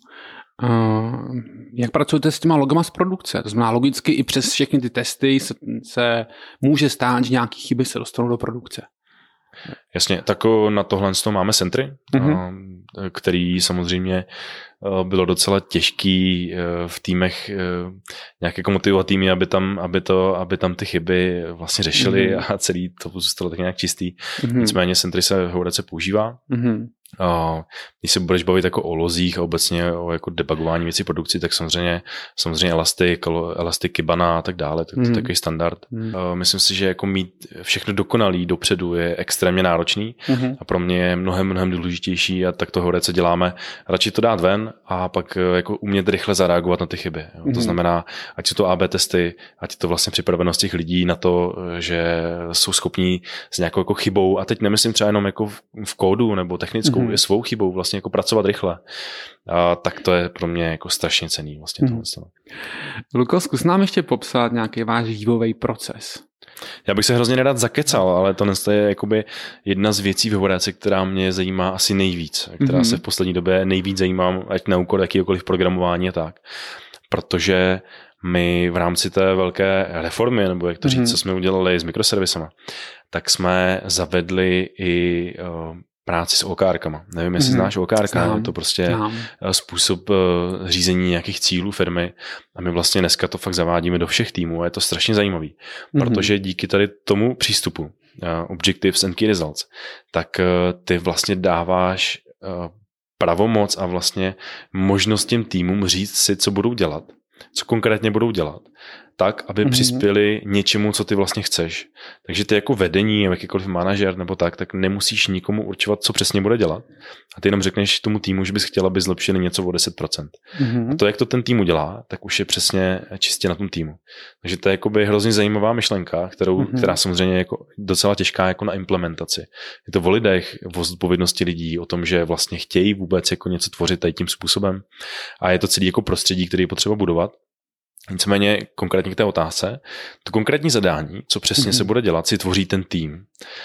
[SPEAKER 2] Jak pracujete s těma logama z produkce? To znamená, logicky i přes všechny ty testy se může stát, že nějaké chyby se dostanou do produkce.
[SPEAKER 3] Jasně, tak na tohle máme centry, který samozřejmě bylo docela těžký v týmech nějak jako motivovat týmy, aby tam ty chyby vlastně řešili a celý to zůstalo tak nějak čistý. Nicméně centry se v Heurece používá. Když se budeš bavit jako o lozích a obecně o jako debugování věcí produkci, tak samozřejmě Elastic, Kibana a tak dále, to je takový standard. Myslím si, že jako mít všechno dokonalý dopředu je extrémně náročný a pro mě je mnohem důležitější a tak to Heurece děláme. Radši to dát ven a pak jako umět rychle zareagovat na ty chyby. To znamená, ať jsou to AB testy, ať je to vlastně připravenost těch lidí na to, že jsou schopní s nějakou jako chybou, a teď nemyslím třeba jenom jako v kódu nebo technickou svou chybou vlastně jako pracovat rychle, tak to je pro mě jako strašně cenný vlastně tohle.
[SPEAKER 2] Luko, zkus nám ještě popsat nějaký váš vývojový proces.
[SPEAKER 3] Já bych se hrozně nerad zakecal, ale to je jakoby jedna z věcí v Hovoráci, která mě zajímá asi nejvíc, která se v poslední době nejvíc zajímám, ať na úkor jakýkoliv programování a tak. Protože my v rámci té velké reformy, nebo jak to říct, co jsme udělali s mikroservisama, tak jsme zavedli i práci s OKRkama. Nevím, jestli znáš OKRka, je to prostě způsob řízení nějakých cílů firmy a my vlastně dneska to fakt zavádíme do všech týmů a je to strašně zajímavý, protože díky tady tomu přístupu Objectives and Key Results, tak ty vlastně dáváš pravomoc a vlastně možnost těm týmům říct si, co budou dělat, co konkrétně budou dělat, tak, aby přispěli něčemu, co ty vlastně chceš. Takže ty jako vedení, jakýkoliv manažer nebo tak nemusíš nikomu určovat, co přesně bude dělat. A ty jenom řekneš tomu týmu, že bys chtěl, aby zlepšili něco o 10%. A to, jak to ten tým udělá, tak už je přesně čistě na tom týmu. Takže to je jakoby hrozně zajímavá myšlenka, která samozřejmě je jako docela těžká jako na implementaci. Je to o lidech, o zodpovědnosti lidí, o tom, že vlastně chtějí vůbec jako něco tvořit tady tím způsobem. A je to celý jako prostředí, který je potřeba budovat. Nicméně konkrétně k té otázce, to konkrétní zadání, co přesně se bude dělat, si tvoří ten tým.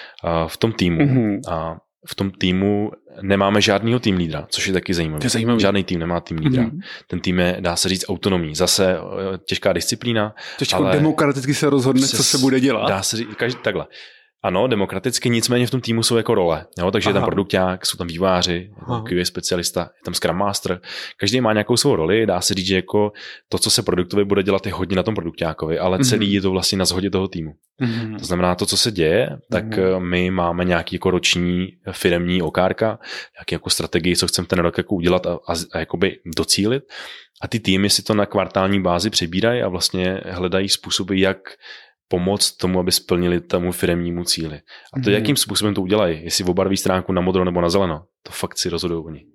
[SPEAKER 3] V tom týmu nemáme žádnýho tým lídra, což je taky zajímavé. Žádný tým nemá tým lídra. Ten tým je, dá se říct, autonomní. Zase těžká disciplína.
[SPEAKER 2] Těžko demokraticky se rozhodne, co se bude dělat.
[SPEAKER 3] Dá se říct, takhle. Ano, demokraticky, nicméně v tom týmu jsou jako role. Jo? Takže je tam produkták, jsou tam vývojáři, QA specialista, je tam Scrum Master. Každý má nějakou svou roli, dá se říct, že jako to, co se produktovi bude dělat, je hodně na tom produktákovi, ale celý je to vlastně na shodě toho týmu. To znamená, to, co se děje, tak my máme nějaký jako roční firemní OKRka, nějaký jako strategii, co chceme ten rok jako udělat a jakoby docílit. A ty týmy si to na kvartální bázi přebírají a vlastně hledají způsoby, jak pomoct tomu, aby splnili tomu firemnímu cíli. A to, jakým způsobem to udělají, jestli obarví stránku na modro nebo na zeleno, to fakt si rozhodují oni.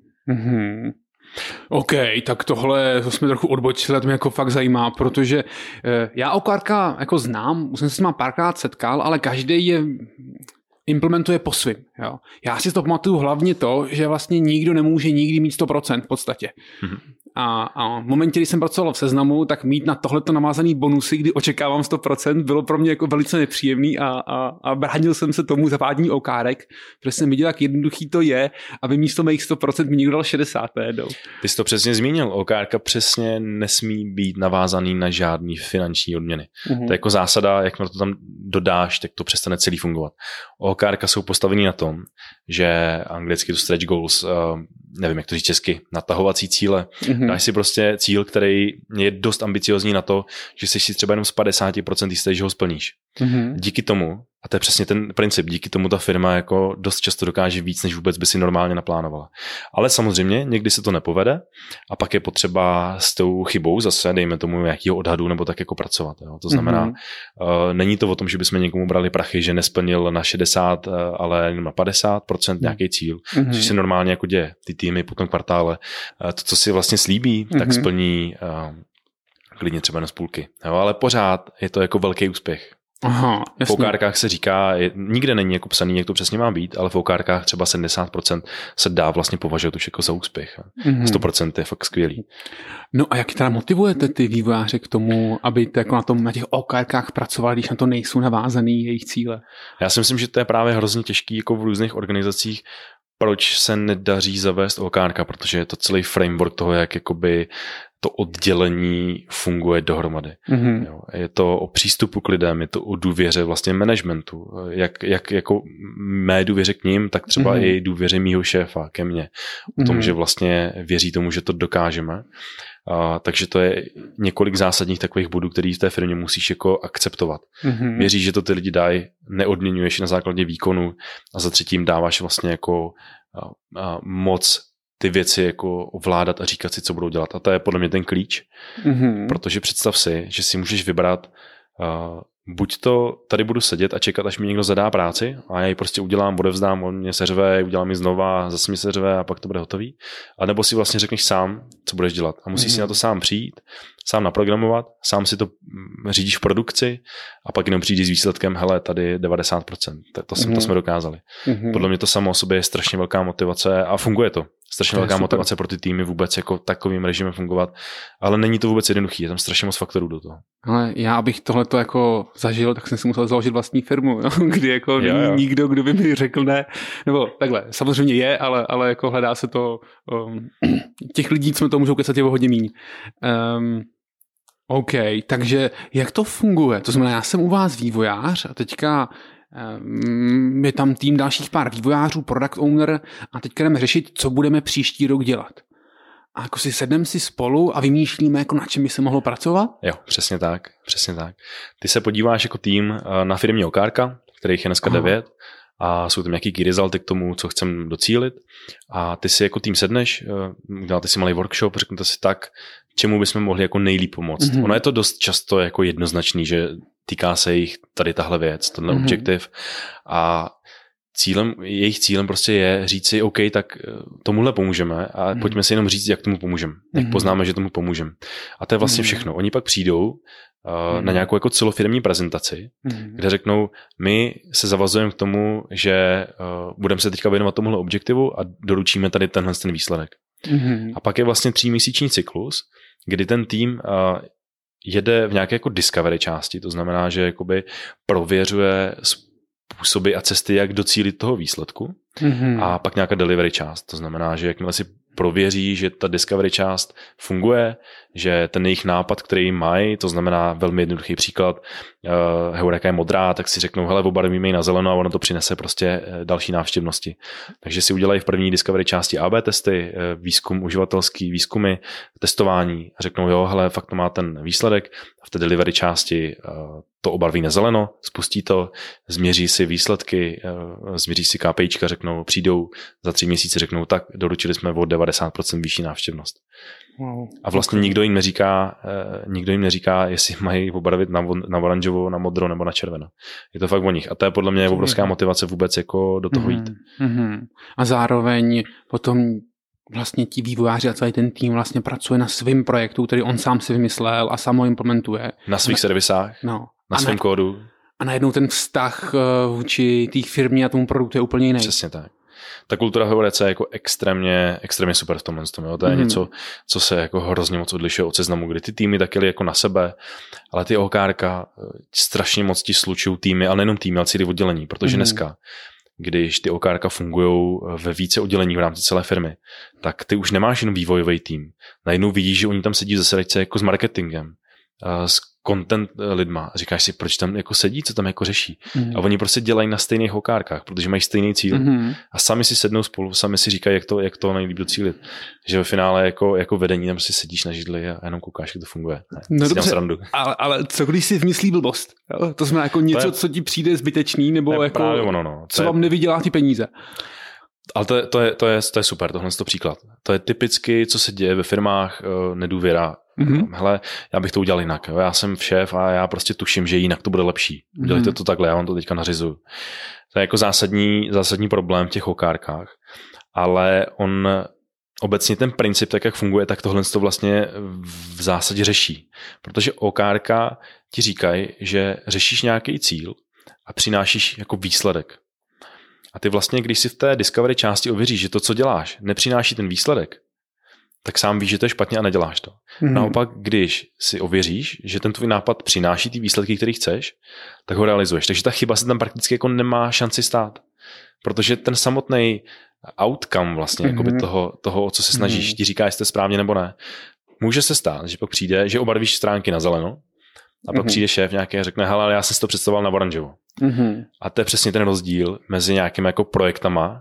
[SPEAKER 2] OK, tak tohle jsme trochu odbočili, to mě jako fakt zajímá, protože já OKRka jako znám, už jsem se s ním párkrát setkal, ale každý je implementuje po svým. Jo. Já si to pamatuju hlavně to, že vlastně nikdo nemůže nikdy mít 100% v podstatě. A v momentě, kdy jsem pracoval v Seznamu, tak mít na tohleto navázaný bonusy, kdy očekávám 100%, bylo pro mě jako velice nepříjemný a bránil jsem se tomu zavádění OKRek, protože jsem viděl, jak jednoduchý to je, aby místo mých 100% mi někdo dal 60 najednou.
[SPEAKER 3] Ty jsi to přesně zmínil, OKRka přesně nesmí být navázaný na žádný finanční odměny. To je jako zásada, jak to tam dodáš, tak to přestane celý fungovat. OKRka jsou postavený na tom, že anglicky to stretch goals, nevím, jak to říct česky, natahovací cíle. Dáš si prostě cíl, který je dost ambiciozní na to, že jsi si třeba jenom z 50% jistý, že ho splníš. Díky tomu, a to je přesně ten princip, díky tomu ta firma jako dost často dokáže víc, než vůbec by si normálně naplánovala. Ale samozřejmě někdy se to nepovede a pak je potřeba s tou chybou zase, dejme tomu nějakého odhadu nebo tak jako pracovat. Jo. To znamená, není to o tom, že bychom někomu brali prachy, že nesplnil na 60, ale jenom na 50% nějaký cíl, což se normálně jako děje. Ty týmy po tom kvartále, to, co si vlastně slíbí, tak splní klidně třeba na půlky. Jo, ale pořád je to jako velký úspěch.
[SPEAKER 2] Aha,
[SPEAKER 3] v OKRkách se říká, nikde není jako psaný, jak to přesně má být, ale v OKRkách třeba 70% se dá vlastně považovat už jako za úspěch. 100% je fakt skvělý.
[SPEAKER 2] No a jak teda motivujete ty vývojáře k tomu, aby jako na těch OKRkách pracovali, když na to nejsou navázaný jejich cíle?
[SPEAKER 3] Já si myslím, že to je právě hrozně těžký jako v různých organizacích. Proč se nedaří zavést OKRka, protože je to celý framework toho, jak jakoby to oddělení funguje dohromady. Jo, je to o přístupu k lidem, je to o důvěře vlastně managementu. Jak jako mé důvěře k ním, tak třeba i důvěře mýho šéfa ke mně. O tom, že vlastně věří tomu, že to dokážeme. Takže to je několik zásadních takových bodů, který v té firmě musíš jako akceptovat. Věříš, že to ty lidi dají, neodměňuješ na základě výkonu a za třetím dáváš vlastně jako moc ty věci jako ovládat a říkat si, co budou dělat. A to je podle mě ten klíč, protože představ si, že si můžeš vybrat buď to tady budu sedět a čekat, až mi někdo zadá práci a já ji prostě udělám, odevzdám, on mě seřve, udělám ji znova, zase mi seřve a pak to bude hotový. A nebo si vlastně řekneš sám, co budeš dělat. A musíš si na to sám přijít, sám naprogramovat, sám si to řídíš v produkci a pak jenom přijdeš s výsledkem, hele, tady 90%. To jsme dokázali. Podle mě to samo o sobě je strašně velká motivace a funguje to. Strašně velká motivace pro ty týmy vůbec jako takovým režimem fungovat, ale není to vůbec jednoduchý, je tam strašně moc faktorů do toho.
[SPEAKER 2] Ale já, abych tohleto jako zažil, tak jsem si musel založit vlastní firmu, jo? Kdy jako není nikdo, kdo by mi řekl ne, nebo takhle, samozřejmě je, ale jako hledá se to těch lidí, co mi to můžou kecat, je hodně míň. OK, takže jak to funguje? To znamená, já jsem u vás vývojář a teďka je tam tým dalších pár vývojářů, product owner a teďka jdeme řešit, co budeme příští rok dělat. A jako si sedneme si spolu a vymýšlíme, jako na čem by se mohlo pracovat?
[SPEAKER 3] Jo, přesně tak. Ty se podíváš jako tým na firmní okárka, kterých je dneska 9 a jsou tam nějaký key resulty k tomu, co chcem docílit a ty si jako tým sedneš, děláte si malý workshop, řeknete si tak, čemu bychom mohli jako nejlíp pomoct. Ono je to dost často jako jednoznačný, že týká se jich tady tahle věc, tenhle objektiv a jejich cílem prostě je říct si, OK, tak tomuhle pomůžeme a pojďme si jenom říct, jak tomu pomůžeme. Jak poznáme, že tomu pomůžeme. A to je vlastně všechno. Oni pak přijdou na nějakou jako celofiremní prezentaci, kde řeknou, my se zavazujeme k tomu, že budeme se teďka věnovat tomuhle objektivu a doručíme tady ten výsledek. A pak je vlastně 3měsíční cyklus, kdy ten tým jede v nějaké jako discovery části, to znamená, že jakoby prověřuje způsoby a cesty, jak docílit toho výsledku a pak nějaká delivery část, to znamená, že jakmile si prověří, že ta discovery část funguje, že ten jejich nápad, který mají, to znamená velmi jednoduchý příklad, heureka je modrá, tak si řeknou, hele, obarvíme ji na zeleno a ono to přinese prostě další návštěvnosti. Takže si udělají v první discovery části AB testy, výzkum, uživatelský výzkumy, testování a řeknou, jo, hele, fakt to má ten výsledek a v té delivery části to obarví na zeleno, spustí to, změří si výsledky, změří si KPIčka, řeknou, přijdou za 3 měsíce, řeknou, tak doručili jsme o 90% vyšší návštěvnost.
[SPEAKER 2] Wow.
[SPEAKER 3] A vlastně nikdo jim neříká, jestli mají obarvit na oranžovo, na modro nebo na červeno. Je to fakt o nich. A to je podle mě obrovská motivace vůbec jako do toho jít.
[SPEAKER 2] A zároveň potom vlastně ti vývojáři a celý ten tým vlastně pracuje na svém projektu, který on sám si vymyslel a sám ho implementuje.
[SPEAKER 3] Na svých servisách, na svém kódu.
[SPEAKER 2] A najednou ten vztah vůči té firmě a tomu produktu je úplně jiný.
[SPEAKER 3] Přesně tak. Ta kultura Heurece je jako extrémně super v tomhle. To je něco, co se jako hrozně moc odlišuje od Seznamu, kdy ty týmy tak jeli jako na sebe, ale ty OKRka strašně moc ti slučují týmy, ale nejenom týmy, ale celý oddělení, protože dneska, když ty OKRka fungují ve více oddělení v rámci celé firmy, tak ty už nemáš jenom vývojový tým. Najednou vidíš, že oni tam sedí v zasedačce jako s marketingem, s content lidma. Říkáš si, proč tam jako sedí, co tam jako řeší. A oni prostě dělají na stejných okárkách, protože mají stejný cíl. A sami si sednou spolu, sami si říkají, jak to nejlíp docílit. Že ve finále jako vedení tam si sedíš na židli a jenom koukáš, jak to funguje.
[SPEAKER 2] No dobře, ale co když si vymyslí blbost? Jo? To znamená jako něco, co ti přijde zbytečný, nebo jako, co vám nevydělá ty peníze.
[SPEAKER 3] Ale to je super, tohle je to příklad. To je typicky, co se děje ve firmách, nedůvěra. Hele, já bych to udělal jinak. Jo? Já jsem šéf a já prostě tuším, že jinak to bude lepší. Udělejte to takhle, já vám to teďka nařizuju. To je jako zásadní problém v těch okárkách. Ale on obecně ten princip, tak jak funguje, tak tohle to vlastně v zásadě řeší. Protože okárka ti říkají, že řešíš nějaký cíl a přinášíš jako výsledek. A ty vlastně, když si v té discovery části ověříš, že to, co děláš, nepřináší ten výsledek, tak sám víš, že to je špatně a neděláš to. Naopak, když si ověříš, že ten tvůj nápad přináší ty výsledky, které chceš, tak ho realizuješ. Takže ta chyba se tam prakticky jako nemá šanci stát. Protože ten samotný outcome vlastně jakoby toho, o co se snažíš, ti říká, jestli to správně nebo ne. Může se stát, že pak přijde, že obarvíš stránky na zeleno a pak přijde šéf nějaký a řekne, hele, ale já jsem si to představoval na oranžovo. A to je přesně ten rozdíl mezi nějakými jako projektama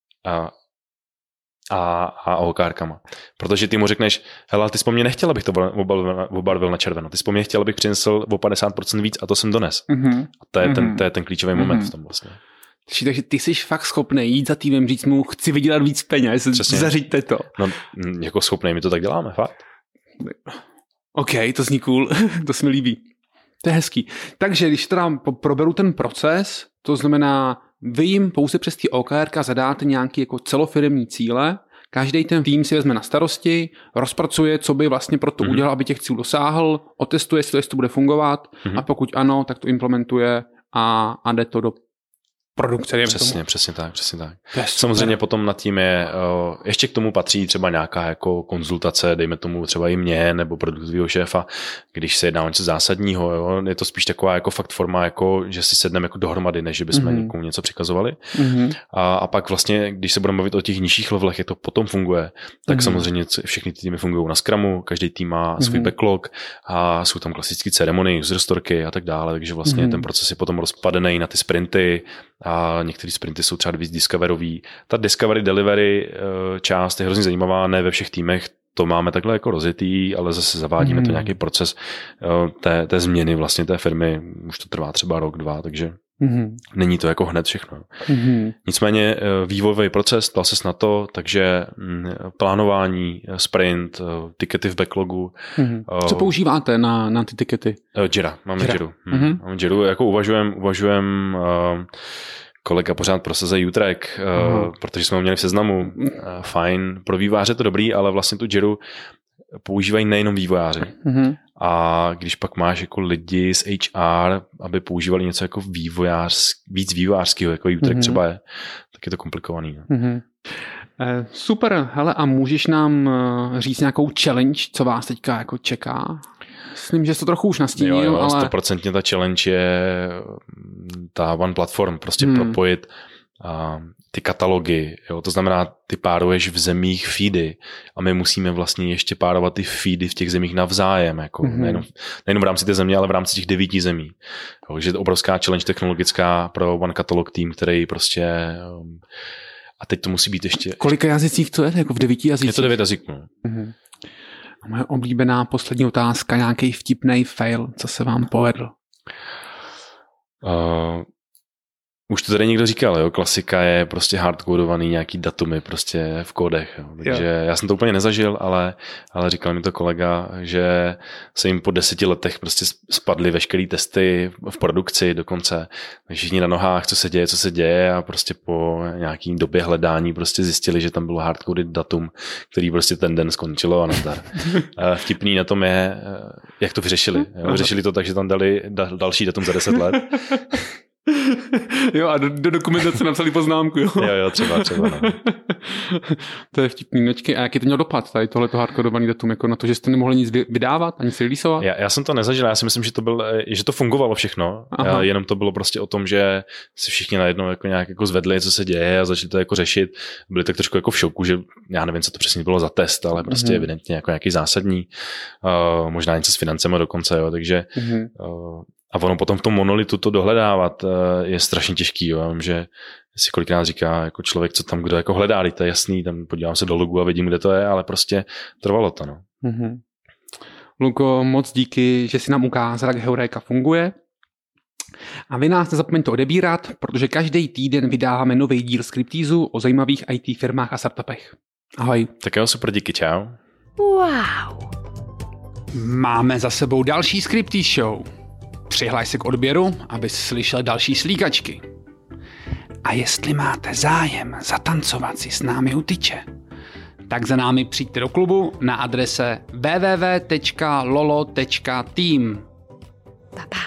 [SPEAKER 3] a OKRkama. Protože ty mu řekneš, hele, ty jsi po mně nechtěl, abych to obarvil na červeno. Ty jsi po mně chtěl, abych přinesl o 50% víc a to jsem dones. A to je ten klíčový moment v tom vlastně.
[SPEAKER 2] Takže ty jsi fakt schopný jít za týmem, říct mu, chci vydělat víc peněz, zařiďte to.
[SPEAKER 3] No, jako schopný, my to tak děláme, fakt.
[SPEAKER 2] OK, to zní cool, to se mi líbí. To je hezký. Takže když teda proberu ten proces, to znamená, vy jim pouze přes ty OKRka zadáte nějaké jako celofiremní cíle, Každý ten tým si vezme na starosti, rozpracuje, co by vlastně pro to udělal, aby těch cílů dosáhl, otestuje si to, jestli to bude fungovat a pokud ano, tak to implementuje a jde to do produkce.
[SPEAKER 3] Přesně tak. Samozřejmě potom nad tím je, ještě k tomu patří třeba nějaká jako konzultace, dejme tomu třeba i mě nebo produktového šéfa, když se jedná o něco zásadního, jo? Je to spíš taková jako fakt forma, jako, že si sedneme jako dohromady, než bychom někomu něco přikazovali. A pak vlastně, když se budeme bavit o těch nižších levelech, jak to potom funguje, tak samozřejmě všechny týmy fungují na Scrumu, každý tým má svůj backlog a jsou tam klasické ceremonie, user storky a tak dále, takže vlastně ten proces je potom rozpadený na ty sprinty a některé sprinty jsou třeba víc discoverový. Ta discovery delivery část je hrozně zajímavá, ne ve všech týmech to máme takhle jako rozjetý, ale zase zavádíme to nějaký proces té změny vlastně té firmy, už to trvá třeba rok, 2, takže není to jako hned všechno. Nicméně vývojový proces, ptal ses na to, takže plánování, sprint, tikety v backlogu.
[SPEAKER 2] Co používáte na ty tikety?
[SPEAKER 3] Jira, máme Jiru. Máme Jiru, jako uvažujem kolega pořád prosazuje U-Track, protože jsme ho měli v seznamu. Fajn, pro vývojáře to dobrý, ale vlastně tu Jiru používají nejenom vývojáři. A když pak máš jako lidi z HR, aby používali něco jako víc vývojářského, jako U-Track třeba je, tak je to komplikovaný.
[SPEAKER 2] Super, hele, a můžeš nám říct nějakou challenge, co vás teďka jako čeká? Myslím, že jsi to trochu už nastínil,
[SPEAKER 3] jo,
[SPEAKER 2] ale...
[SPEAKER 3] 100% ta challenge je ta One Platform, prostě propojit ty katalogy, jo, to znamená, ty páruješ v zemích feedy a my musíme vlastně ještě párovat ty feedy v těch zemích navzájem, jako nejenom v rámci té země, ale v rámci těch 9 zemí. Takže je to obrovská challenge technologická pro One Catalog tým, který prostě a teď to musí být ještě...
[SPEAKER 2] Kolika jazycích to je? Jako v 9 jazycích?
[SPEAKER 3] Je to 9 jazyků.
[SPEAKER 2] A moje oblíbená poslední otázka, nějaký vtipný fail, co se vám povedl?
[SPEAKER 3] Už to tady někdo říkal, jo? Klasika je prostě hardcodovaný nějaký datumy prostě v kódech. Jo? Takže já jsem to úplně nezažil, ale říkal mi to kolega, že se jim po 10 letech prostě spadly veškeré testy v produkci dokonce. Všichni na nohách, co se děje a prostě po nějaký době hledání prostě zjistili, že tam bylo hardcoded datum, který prostě ten den skončilo a nazdar. Vtipný na tom je, jak to vyřešili. Jo? Vyřešili to tak, že tam dali další datum za 10 let.
[SPEAKER 2] Jo, a do dokumentace napsali poznámku, jo.
[SPEAKER 3] Jo, třeba. No.
[SPEAKER 2] To je vtipný. Nočky. A jaký to měl dopad, tady tohleto hardcodovaný datum, jako na to, že jste nemohli nic vydávat, ani si releaseovat?
[SPEAKER 3] Já jsem to nezažil, já si myslím, že to fungovalo všechno. Jenom to bylo prostě o tom, že si všichni najednou jako nějak jako zvedli, co se děje a začali to jako řešit. Byli tak trošku jako v šoku, že já nevím, co to přesně bylo za test, ale prostě evidentně jako nějaký zásadní, možná něco s financemi dokonce, jo, takže a ono potom v tom monolitu to dohledávat je strašně těžký. Jo. Já vím, že si kolikrát říká jako člověk, co tam kdo jako hledá, to je jasný, tam podívám se do logu a vidím, kde to je, ale prostě trvalo to. No.
[SPEAKER 2] Luko, moc díky, že jsi nám ukázal, jak Heureka funguje. A vy nás nezapomeňte odebírat, protože každý týden vydáváme nový díl Scripteasu o zajímavých IT firmách a startupech. Ahoj.
[SPEAKER 3] Tak jo, super, díky, čau.
[SPEAKER 2] Wow. Máme za sebou další Scriptease show. Přihlaj se k odběru, abys slyšel další slíkačky. A jestli máte zájem zatancovat si s námi u tyče, tak za námi přijďte do klubu na adrese www.lolo.team.